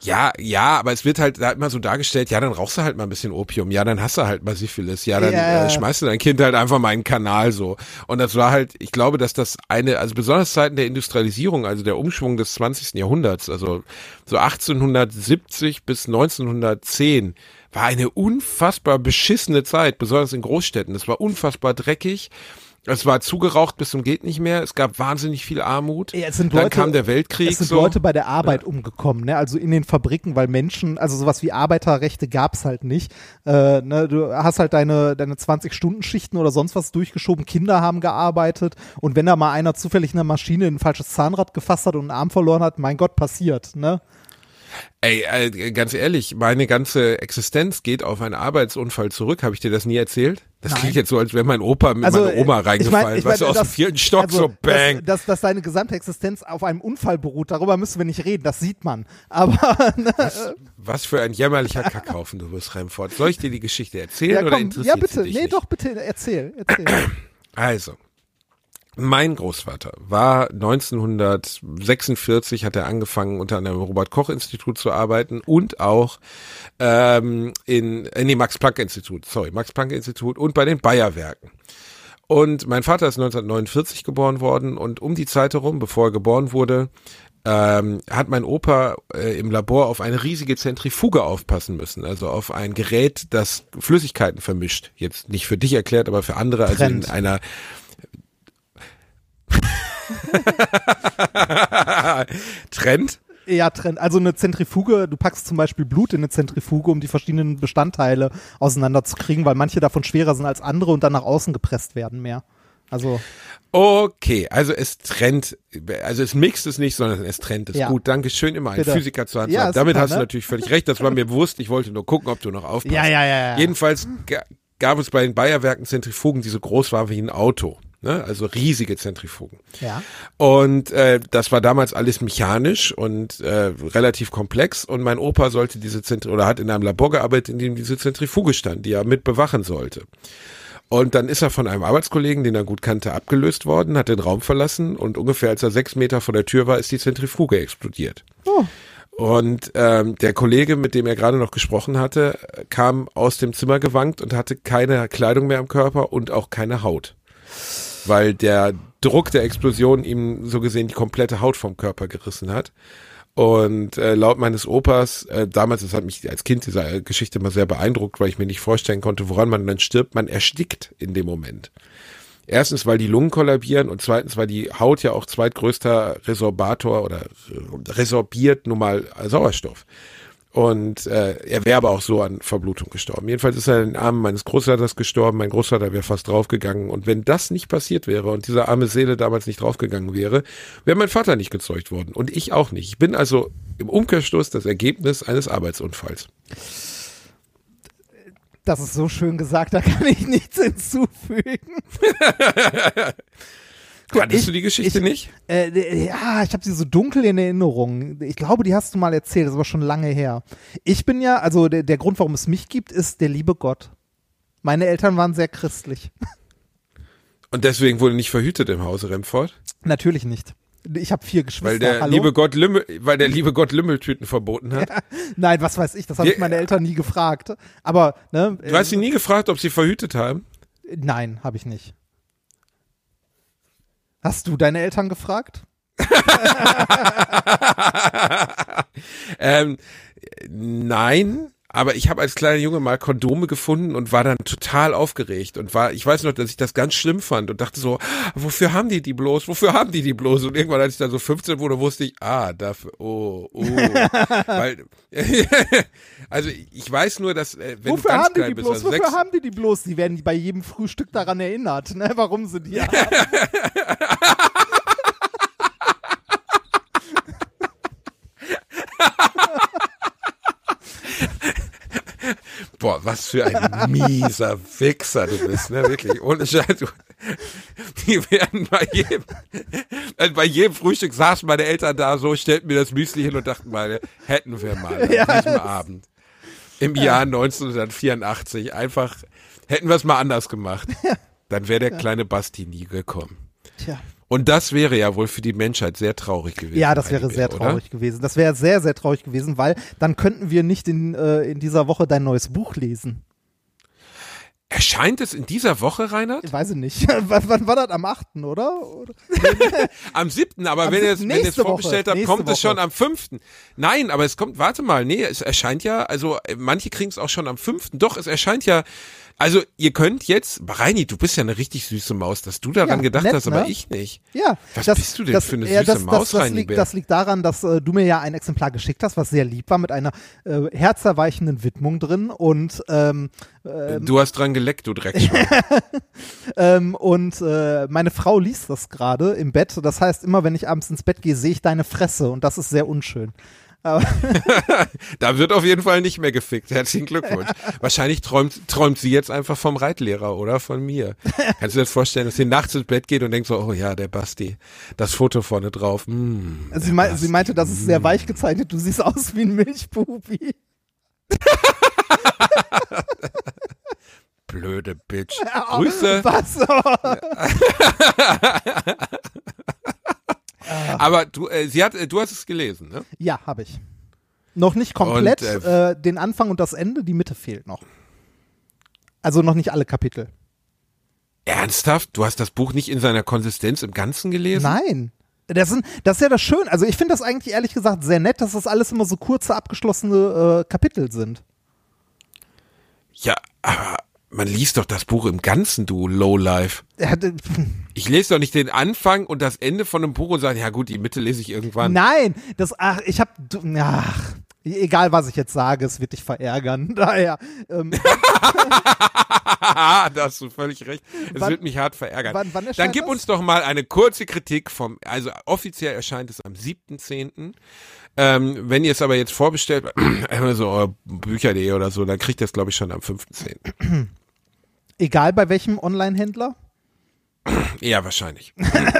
Ja, ja, aber es wird halt da immer so dargestellt, ja, dann rauchst du halt mal ein bisschen Opium, ja, dann hast du halt mal Syphilis, ja, dann Ja. äh, schmeißt du dein Kind halt einfach mal in den Kanal so. Und das war halt, ich glaube, dass das eine, also besonders Zeiten der Industrialisierung, also der Umschwung des zwanzigsten Jahrhunderts, also so achtzehnhundertsiebzig bis neunzehnhundertzehn, war eine unfassbar beschissene Zeit, besonders in Großstädten. Es war unfassbar dreckig. Es war zugeraucht bis zum geht nicht mehr. Es gab wahnsinnig viel Armut. Ja, es sind Dann Leute, kam der Weltkrieg. Es sind so. Leute bei der Arbeit ja. umgekommen, ne? Also in den Fabriken, weil Menschen, also sowas wie Arbeiterrechte gab's halt nicht. Äh, ne? Du hast halt deine deine zwanzig-Stunden-Schichten oder sonst was durchgeschoben. Kinder haben gearbeitet und wenn da mal einer zufällig eine Maschine in ein falsches Zahnrad gefasst hat und einen Arm verloren hat, mein Gott, passiert, ne? Ey, äh, ganz ehrlich, meine ganze Existenz geht auf einen Arbeitsunfall zurück. Habe ich dir das nie erzählt? Das Nein. klingt jetzt so, als wäre mein Opa mit Also, meiner Oma reingefallen. Ich mein, ich weißt mein, du, aus das, dem vierten Stock, also, so bang. Dass, dass, dass deine gesamte Existenz auf einem Unfall beruht, darüber müssen wir nicht reden, das sieht man. Aber ne, was, was für ein jämmerlicher Kackhaufen du bist, Remford. Soll ich dir die Geschichte erzählen ja, komm, oder interessiert ja, bitte, sie dich nee, nicht? doch, bitte, erzähl, erzähl. Also, mein Großvater war neunzehnhundertsechsundvierzig, hat er angefangen, unter anderem im Robert-Koch-Institut zu arbeiten und auch ähm, in, äh, nee, Max-Planck-Institut, sorry, Max-Planck-Institut und bei den Bayer-Werken. Und mein Vater ist neunzehnhundertneunundvierzig geboren worden und um die Zeit herum, bevor er geboren wurde, ähm, hat mein Opa äh, im Labor auf eine riesige Zentrifuge aufpassen müssen, also auf ein Gerät, das Flüssigkeiten vermischt. Jetzt nicht für dich erklärt, aber für andere, also Trend. in einer Trend? Ja, Trend. Also eine Zentrifuge, du packst zum Beispiel Blut in eine Zentrifuge, um die verschiedenen Bestandteile auseinanderzukriegen, weil manche davon schwerer sind als andere und dann nach außen gepresst werden mehr. Also Okay, also es trennt, also es mixt es nicht, sondern es trennt es. Ja. Gut, danke schön, immer ein Bitte. Physiker zu Hand. Ja, haben. Damit super, hast ne? du natürlich völlig recht, das war mir bewusst, ich wollte nur gucken, ob du noch aufpasst. ja, ja, ja, ja. Jedenfalls ga- gab es bei den Bayer-Werken Zentrifugen, die so groß waren wie ein Auto. Ne? Also riesige Zentrifugen. Ja. Und äh, das war damals alles mechanisch und äh, relativ komplex und mein Opa sollte diese Zentrifuge, oder hat in einem Labor gearbeitet, in dem diese Zentrifuge stand, die er mit bewachen sollte. Und dann ist er von einem Arbeitskollegen, den er gut kannte, abgelöst worden, hat den Raum verlassen und ungefähr als er sechs Meter vor der Tür war, ist die Zentrifuge explodiert. Oh. Und ähm, der Kollege, mit dem er gerade noch gesprochen hatte, kam aus dem Zimmer gewankt und hatte keine Kleidung mehr am Körper und auch keine Haut. Weil der Druck der Explosion ihm so gesehen die komplette Haut vom Körper gerissen hat. Und äh, laut meines Opas, äh, damals, das hat mich als Kind diese äh, Geschichte mal sehr beeindruckt, weil ich mir nicht vorstellen konnte, woran man dann stirbt, man erstickt in dem Moment. Erstens, weil die Lungen kollabieren und zweitens, weil die Haut ja auch zweitgrößter Resorbator oder resorbiert nun mal Sauerstoff. Und äh, er wäre aber auch so an Verblutung gestorben. Jedenfalls ist er in den Armen meines Großvaters gestorben. Mein Großvater wäre fast draufgegangen. Und wenn das nicht passiert wäre und diese arme Seele damals nicht draufgegangen wäre, wäre mein Vater nicht gezeugt worden. Und ich auch nicht. Ich bin also im Umkehrschluss das Ergebnis eines Arbeitsunfalls. Das ist so schön gesagt, da kann ich nichts hinzufügen. Kanntest ich, du die Geschichte ich, nicht? Äh, ja, ich habe sie so dunkel in Erinnerung. Ich glaube, die hast du mal erzählt, das ist aber schon lange her. Ich bin ja, also der, der Grund, warum es mich gibt, ist der liebe Gott. Meine Eltern waren sehr christlich. Und deswegen wurde nicht verhütet im Hause Remford? Natürlich nicht. Ich habe vier Geschwister. Weil der Hallo? liebe Gott Lümmel, weil der liebe Gott Lümmeltüten verboten hat. Ja, nein, was weiß ich, das habe ich Ja. meine Eltern nie gefragt. Aber, ne? Du hast sie nie gefragt, ob sie verhütet haben? Nein, habe ich nicht. Hast du deine Eltern gefragt? ähm, nein, aber ich habe als kleiner Junge mal Kondome gefunden und war dann total aufgeregt und war, ich weiß noch, dass ich das ganz schlimm fand und dachte so, wofür haben die die bloß, wofür haben die die bloß? Und irgendwann, als ich dann so fünfzehn wurde, wusste ich, ah, dafür, oh, oh, weil, also ich weiß nur, dass, äh, wenn Wofür du ganz haben die klein die bist, bloß? also Wofür sechs, haben die die bloß? Die werden bei jedem Frühstück daran erinnert, ne? Warum sie die haben. boah, was für ein mieser Wichser du bist, ne, wirklich, ohne Scheiß. Du, die werden bei jedem, also bei jedem Frühstück saßen meine Eltern da so, stellten mir das Müsli hin und dachten mal, hätten wir mal an Ja. diesem Abend im Jahr neunzehnhundertvierundachtzig einfach, hätten wir es mal anders gemacht, dann wäre der kleine Basti nie gekommen. Tja. Und das wäre ja wohl für die Menschheit sehr traurig gewesen. Ja, das wäre sehr traurig oder? gewesen. Das wäre sehr, sehr traurig gewesen, weil dann könnten wir nicht in, äh, in dieser Woche dein neues Buch lesen. Erscheint es in dieser Woche, Reinhard? Ich weiß es nicht. wann, wann war das? Am achten, oder? oder? Am siebten, aber am wenn ihr es vorbestellt habt, kommt Woche. es schon am fünften. Nein, aber es kommt, warte mal, nee, es erscheint ja, also manche kriegen es auch schon am fünften. Doch, es erscheint ja, also ihr könnt jetzt, Reini, du bist ja eine richtig süße Maus, dass du daran ja, gedacht nett, hast, aber ne? ich nicht. Ja. Was das, bist du denn das, für eine ja, süße das, Maus, das, das, Reini? Liegt, das liegt daran, dass äh, du mir ja ein Exemplar geschickt hast, was sehr lieb war, mit einer äh, herzerweichenden Widmung drin und ähm, ähm, du hast dran geleckt, du Dreckschwein. ähm, und äh, meine Frau liest das gerade im Bett. Das heißt, immer wenn ich abends ins Bett gehe, sehe ich deine Fresse und das ist sehr unschön. Aber da wird auf jeden Fall nicht mehr gefickt. Herzlichen Glückwunsch. Wahrscheinlich träumt, träumt sie jetzt einfach vom Reitlehrer oder von mir. Kannst du dir das vorstellen, dass sie nachts ins Bett geht und denkt so, oh ja, der Basti, das Foto vorne drauf. Mm, also sie, me- sie meinte, das ist sehr weich gezeichnet. Du siehst aus wie ein Milchbubi. Blöde Bitch. Grüße. Was? Aber du, äh, sie hat, äh, du hast es gelesen, ne? Ja, habe ich. Noch nicht komplett, und, äh, äh, den Anfang und das Ende, die Mitte fehlt noch. Also noch nicht alle Kapitel. Ernsthaft? Du hast das Buch nicht in seiner Konsistenz im Ganzen gelesen? Nein. Das, sind, das ist ja das Schöne. Also ich finde das eigentlich ehrlich gesagt sehr nett, dass das alles immer so kurze, abgeschlossene äh, Kapitel sind. Ja, aber man liest doch das Buch im Ganzen, du Lowlife. Ich lese doch nicht den Anfang und das Ende von einem Buch und sage, ja gut, die Mitte lese ich irgendwann. Nein, das, ach, ich hab, ach, egal was ich jetzt sage, es wird dich verärgern. Daher. Ähm, da hast du völlig recht. Es wann, wird mich hart verärgern. Wann, wann Dann gib das? uns doch mal eine kurze Kritik vom, also offiziell erscheint es am siebten zehnten Ähm, wenn ihr es aber jetzt vorbestellt, so Bücher punkt de oder so, dann kriegt ihr es, glaube ich, schon am fünften zehnten Egal bei welchem Online-Händler? Ja, wahrscheinlich.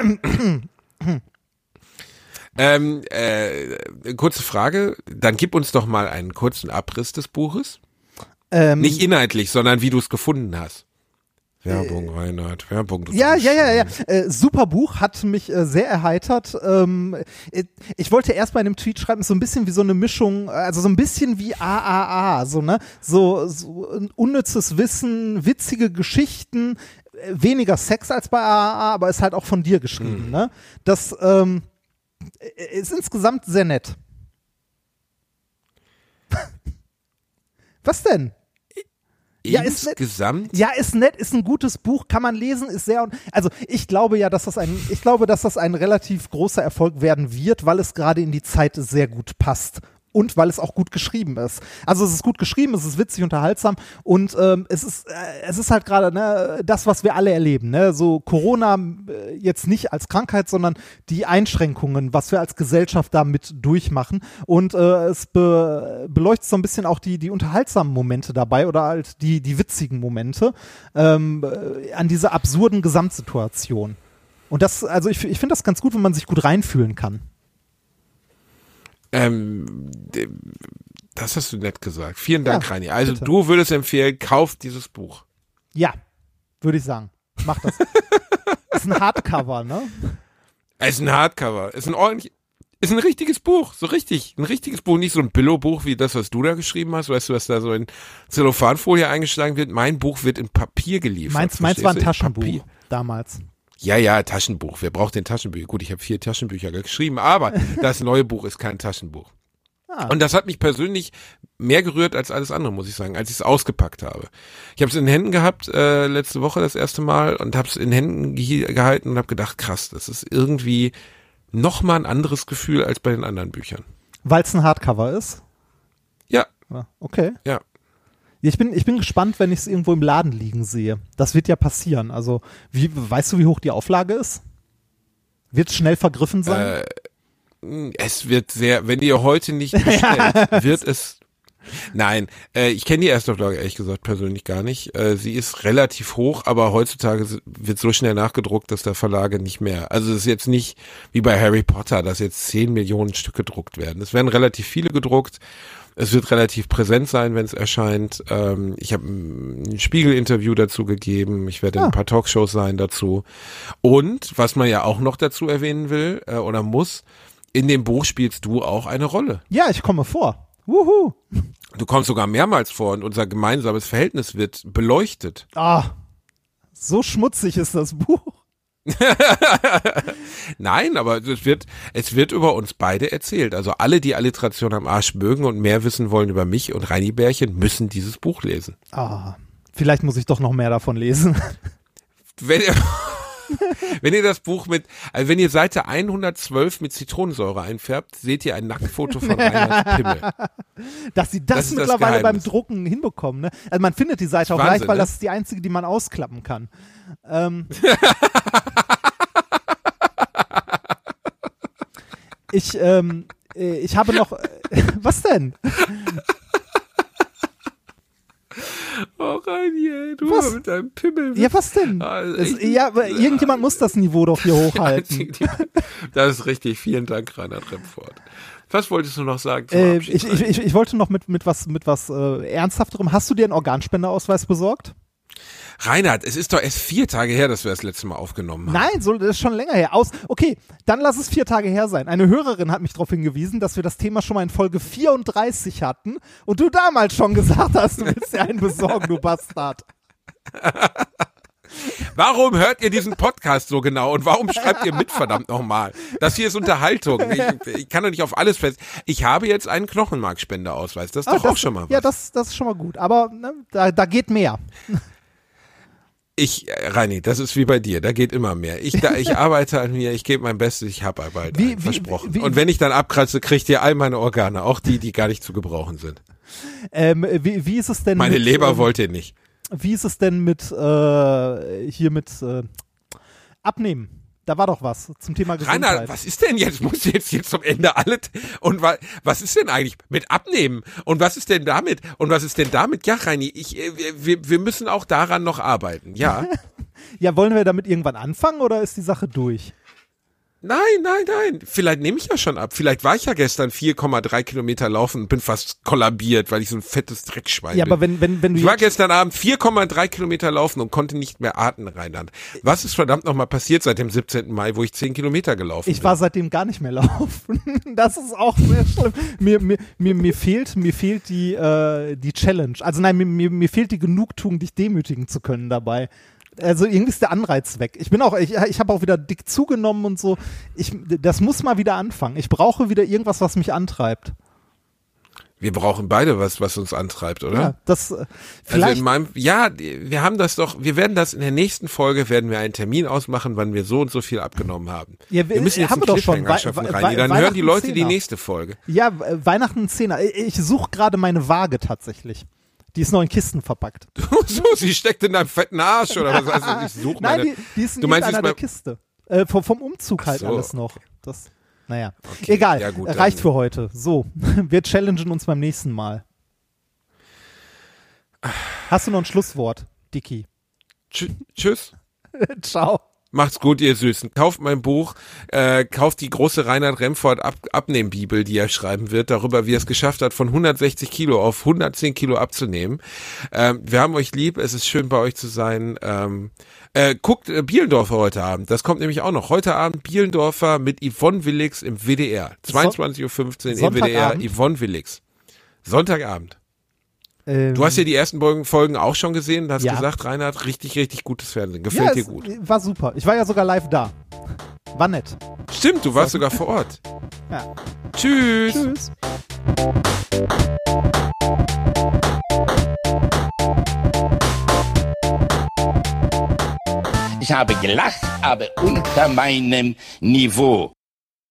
ähm, äh, kurze Frage, dann gib uns doch mal einen kurzen Abriss des Buches. Ähm, Nicht inhaltlich, sondern wie du es gefunden hast. Werbung, äh, Reinhard, Werbung. Ja, ja, ja, ja. Äh, super Buch, hat mich äh, sehr erheitert. Ähm, ich wollte erst bei einem Tweet schreiben, so ein bisschen wie so eine Mischung, also so ein bisschen wie A A A, so, ne? So, so ein unnützes Wissen, witzige Geschichten, weniger Sex als bei A A A, aber ist halt auch von dir geschrieben, mhm. ne? Das ähm, ist insgesamt sehr nett. Was denn? Ja, insgesamt? Ist ja, ist nett, ist ein gutes Buch, kann man lesen, ist sehr, also ich glaube ja, dass das ein, ich glaube, dass das ein relativ großer Erfolg werden wird, weil es gerade in die Zeit sehr gut passt. Und weil es auch gut geschrieben ist. Also es ist gut geschrieben, es ist witzig, unterhaltsam und ähm, es ist äh, es ist halt gerade ne, das, was wir alle erleben. Ne? So Corona äh, jetzt nicht als Krankheit, sondern die Einschränkungen, was wir als Gesellschaft damit durchmachen. Und äh, es be beleuchtet so ein bisschen auch die die unterhaltsamen Momente dabei oder halt die die witzigen Momente ähm, äh, an dieser absurden Gesamtsituation. Und das, also ich, ich finde das ganz gut, wenn man sich gut reinfühlen kann. Ähm, das hast du nett gesagt. Vielen Dank, ja, Reini. Also bitte. Du würdest empfehlen, kauft dieses Buch. Ja, würde ich sagen. Mach das. Ist ein Hardcover, ne? Es ist ein Hardcover. Es ist ein ordentlich, ist ein richtiges Buch. So richtig. Ein richtiges Buch. Nicht so ein Billo-Buch wie das, was du da geschrieben hast. Weißt du, was da so in Zellophanfolie eingeschlagen wird? Mein Buch wird in Papier geliefert. Meins, meins war ein Taschenbuch damals. Ja, ja, Taschenbuch. Wer braucht den Taschenbuch? Gut, ich habe vier Taschenbücher geschrieben, aber das neue Buch ist kein Taschenbuch. Ah. Und das hat mich persönlich mehr gerührt als alles andere, muss ich sagen, als ich es ausgepackt habe. Ich habe es in den Händen gehabt äh, letzte Woche das erste Mal und habe es in den Händen ge- gehalten und habe gedacht, krass, das ist irgendwie nochmal ein anderes Gefühl als bei den anderen Büchern. Weil es ein Hardcover ist? Ja. Okay. Ja. Ich bin, ich bin gespannt, wenn ich es irgendwo im Laden liegen sehe. Das wird ja passieren. Also, wie, weißt du, wie hoch die Auflage ist? Wird es schnell vergriffen sein? Äh, es wird sehr, wenn ihr heute nicht bestellt, wird es, nein, äh, ich kenne die Erstauflage ehrlich gesagt persönlich gar nicht. Äh, sie ist relativ hoch, aber heutzutage wird so schnell nachgedruckt, dass der Verlage nicht mehr, also es ist jetzt nicht wie bei Harry Potter, dass jetzt zehn Millionen Stück gedruckt werden. Es werden relativ viele gedruckt. Es wird relativ präsent sein, wenn es erscheint. Ähm, ich habe ein Spiegel-Interview dazu gegeben. Ich werde in Ah. ein paar Talkshows sein dazu. Und was man ja auch noch dazu erwähnen will äh, oder muss, in dem Buch spielst du auch eine Rolle. Ja, ich komme vor. Wuhu. Du kommst sogar mehrmals vor und unser gemeinsames Verhältnis wird beleuchtet. Ah, so schmutzig ist das Buch. Nein, aber es wird, es wird über uns beide erzählt. Also alle, die Alliteration am Arsch mögen und mehr wissen wollen über mich und Reini Bärchen, müssen dieses Buch lesen. Ah, vielleicht muss ich doch noch mehr davon lesen. Wenn ihr, wenn ihr das Buch mit, also wenn ihr Seite hundertzwölf mit Zitronensäure einfärbt, seht ihr ein Nacktfoto von Reinhards Pimmel. Dass sie das, Das ist das mittlerweile beim Geheimnis. Drucken hinbekommen. Ne? Also man findet die Seite Das ist auch Wahnsinn, leicht, weil ne? das ist die einzige, die man ausklappen kann. Ähm, ich, ähm, äh, ich habe noch, äh, was denn? Oh Reini, ey, du Was? mit deinem Pimmel. Ja, was denn? Also Das, ich- ja, aber irgendjemand muss das Niveau doch hier hochhalten. Das ist richtig. Vielen Dank, Reinhard Remford. Was wolltest du noch sagen zum Äh, Abschied, ich, ich, Reini? ich, ich wollte noch mit, mit was, mit was äh, Ernsthafterem. Hast du dir einen Organspenderausweis besorgt? Reinhard, es ist doch erst vier Tage her, dass wir das letzte Mal aufgenommen haben. Nein, so, das ist schon länger her. Aus, okay, dann lass es vier Tage her sein. Eine Hörerin hat mich darauf hingewiesen, dass wir das Thema schon mal in Folge vierunddreißig hatten und du damals schon gesagt hast, du willst dir einen besorgen, du Bastard. Warum hört ihr diesen Podcast so genau und warum schreibt ihr mit, verdammt nochmal? Das hier ist Unterhaltung. Ich, ich kann doch nicht auf alles fest. Ich habe jetzt einen Knochenmarkspendeausweis. Das ist Ah, doch das, auch schon mal was. Ja, das, das ist schon mal gut. Aber ne, da, da geht mehr. Ich, äh, Reini, das ist wie bei dir, da geht immer mehr. Ich, da, ich arbeite an mir, ich gebe mein Bestes, ich habe bald Wie- einen, wie- versprochen. wie- Und wenn ich dann abkratze, kriegt ihr all meine Organe, auch die, die gar nicht zu gebrauchen sind. Ähm, wie, wie ist es denn Meine mit, Leber ähm, wollt ihr nicht. Wie ist es denn mit äh, hier mit äh, Abnehmen? Da war doch was zum Thema Gesundheit. Rainer, was ist denn jetzt? Muss jetzt hier zum Ende alle und wa, was ist denn eigentlich mit Abnehmen? Und was ist denn damit? Und was ist denn damit? Ja, Reini, ich, äh, wir, wir müssen auch daran noch arbeiten. Ja. Ja, wollen wir damit irgendwann anfangen oder ist die Sache durch? Nein, nein, nein. Vielleicht nehme ich ja schon ab. Vielleicht war ich ja gestern vier Komma drei Kilometer laufen und bin fast kollabiert, weil ich so ein fettes Dreckschwein Ja, bin. aber wenn, wenn, wenn du Ich war jetzt, gestern Abend vier Komma drei Kilometer laufen und konnte nicht mehr atmen, Reinhard. Was ist verdammt nochmal passiert seit dem siebzehnten Mai, wo ich zehn Kilometer gelaufen ich bin? war seitdem gar nicht mehr laufen. Das ist auch sehr schlimm. Mir, mir, mir, mir fehlt, mir fehlt die, äh, die Challenge. Also nein, mir, mir, mir fehlt die Genugtuung, dich demütigen zu können dabei. Also irgendwie ist der Anreiz weg. Ich bin auch, ich, ich habe auch wieder dick zugenommen und so. Ich, das muss mal wieder anfangen. Ich brauche wieder irgendwas, was mich antreibt. Wir brauchen beide was, was uns antreibt, oder? Ja, das äh, Also vielleicht. in meinem, ja, wir haben das doch, wir werden das in der nächsten Folge, werden wir einen Termin ausmachen, wann wir so und so viel abgenommen haben. Ja, wir- wir müssen jetzt haben einen wir doch schon. Cliffhanger Wei- schaffen, Wei- Reini. Dann Weihnachten hören die Leute die Zehner. nächste Folge. Ja, äh, Weihnachten Zehner. Ich suche gerade meine Waage tatsächlich. Die ist noch in Kisten verpackt. So, sie steckt in deinem fetten Arsch oder was? Also ich suche Nein, meine. die, die ist in du meinst, einer ist der mein- Kiste. Äh, vom, vom Umzug halt so. alles noch. Das, naja, Okay, egal. ja gut, reicht dann- für heute. So, wir challengen uns beim nächsten Mal. Hast du noch ein Schlusswort, Dicky? Tschü- Tschüss. Ciao. Macht's gut, ihr Süßen. Kauft mein Buch, äh, kauft die große Reinhard Remford Ab Abnehmbibel, die er schreiben wird, darüber, wie er es geschafft hat, von hundertsechzig Kilo auf hundertzehn Kilo abzunehmen. Ähm, wir haben euch lieb, es ist schön bei euch zu sein. Ähm, äh, guckt äh, Bielendorfer heute Abend, das kommt nämlich auch noch. Heute Abend Bielendorfer mit Yvonne Willix im W D R. zweiundzwanzig Uhr fünfzehn im W D R, Sonntagabend? Yvonne Willix. Sonntagabend. Ähm, Du hast ja die ersten Folgen auch schon gesehen, du hast Ja. gesagt, Reinhard, richtig, richtig gutes Fernsehen. Gefällt ja, dir es gut. war super. Ich war ja sogar live da. War nett. Stimmt, du warst sogar vor Ort. Ja. Tschüss. Tschüss. Ich habe gelacht, aber unter meinem Niveau.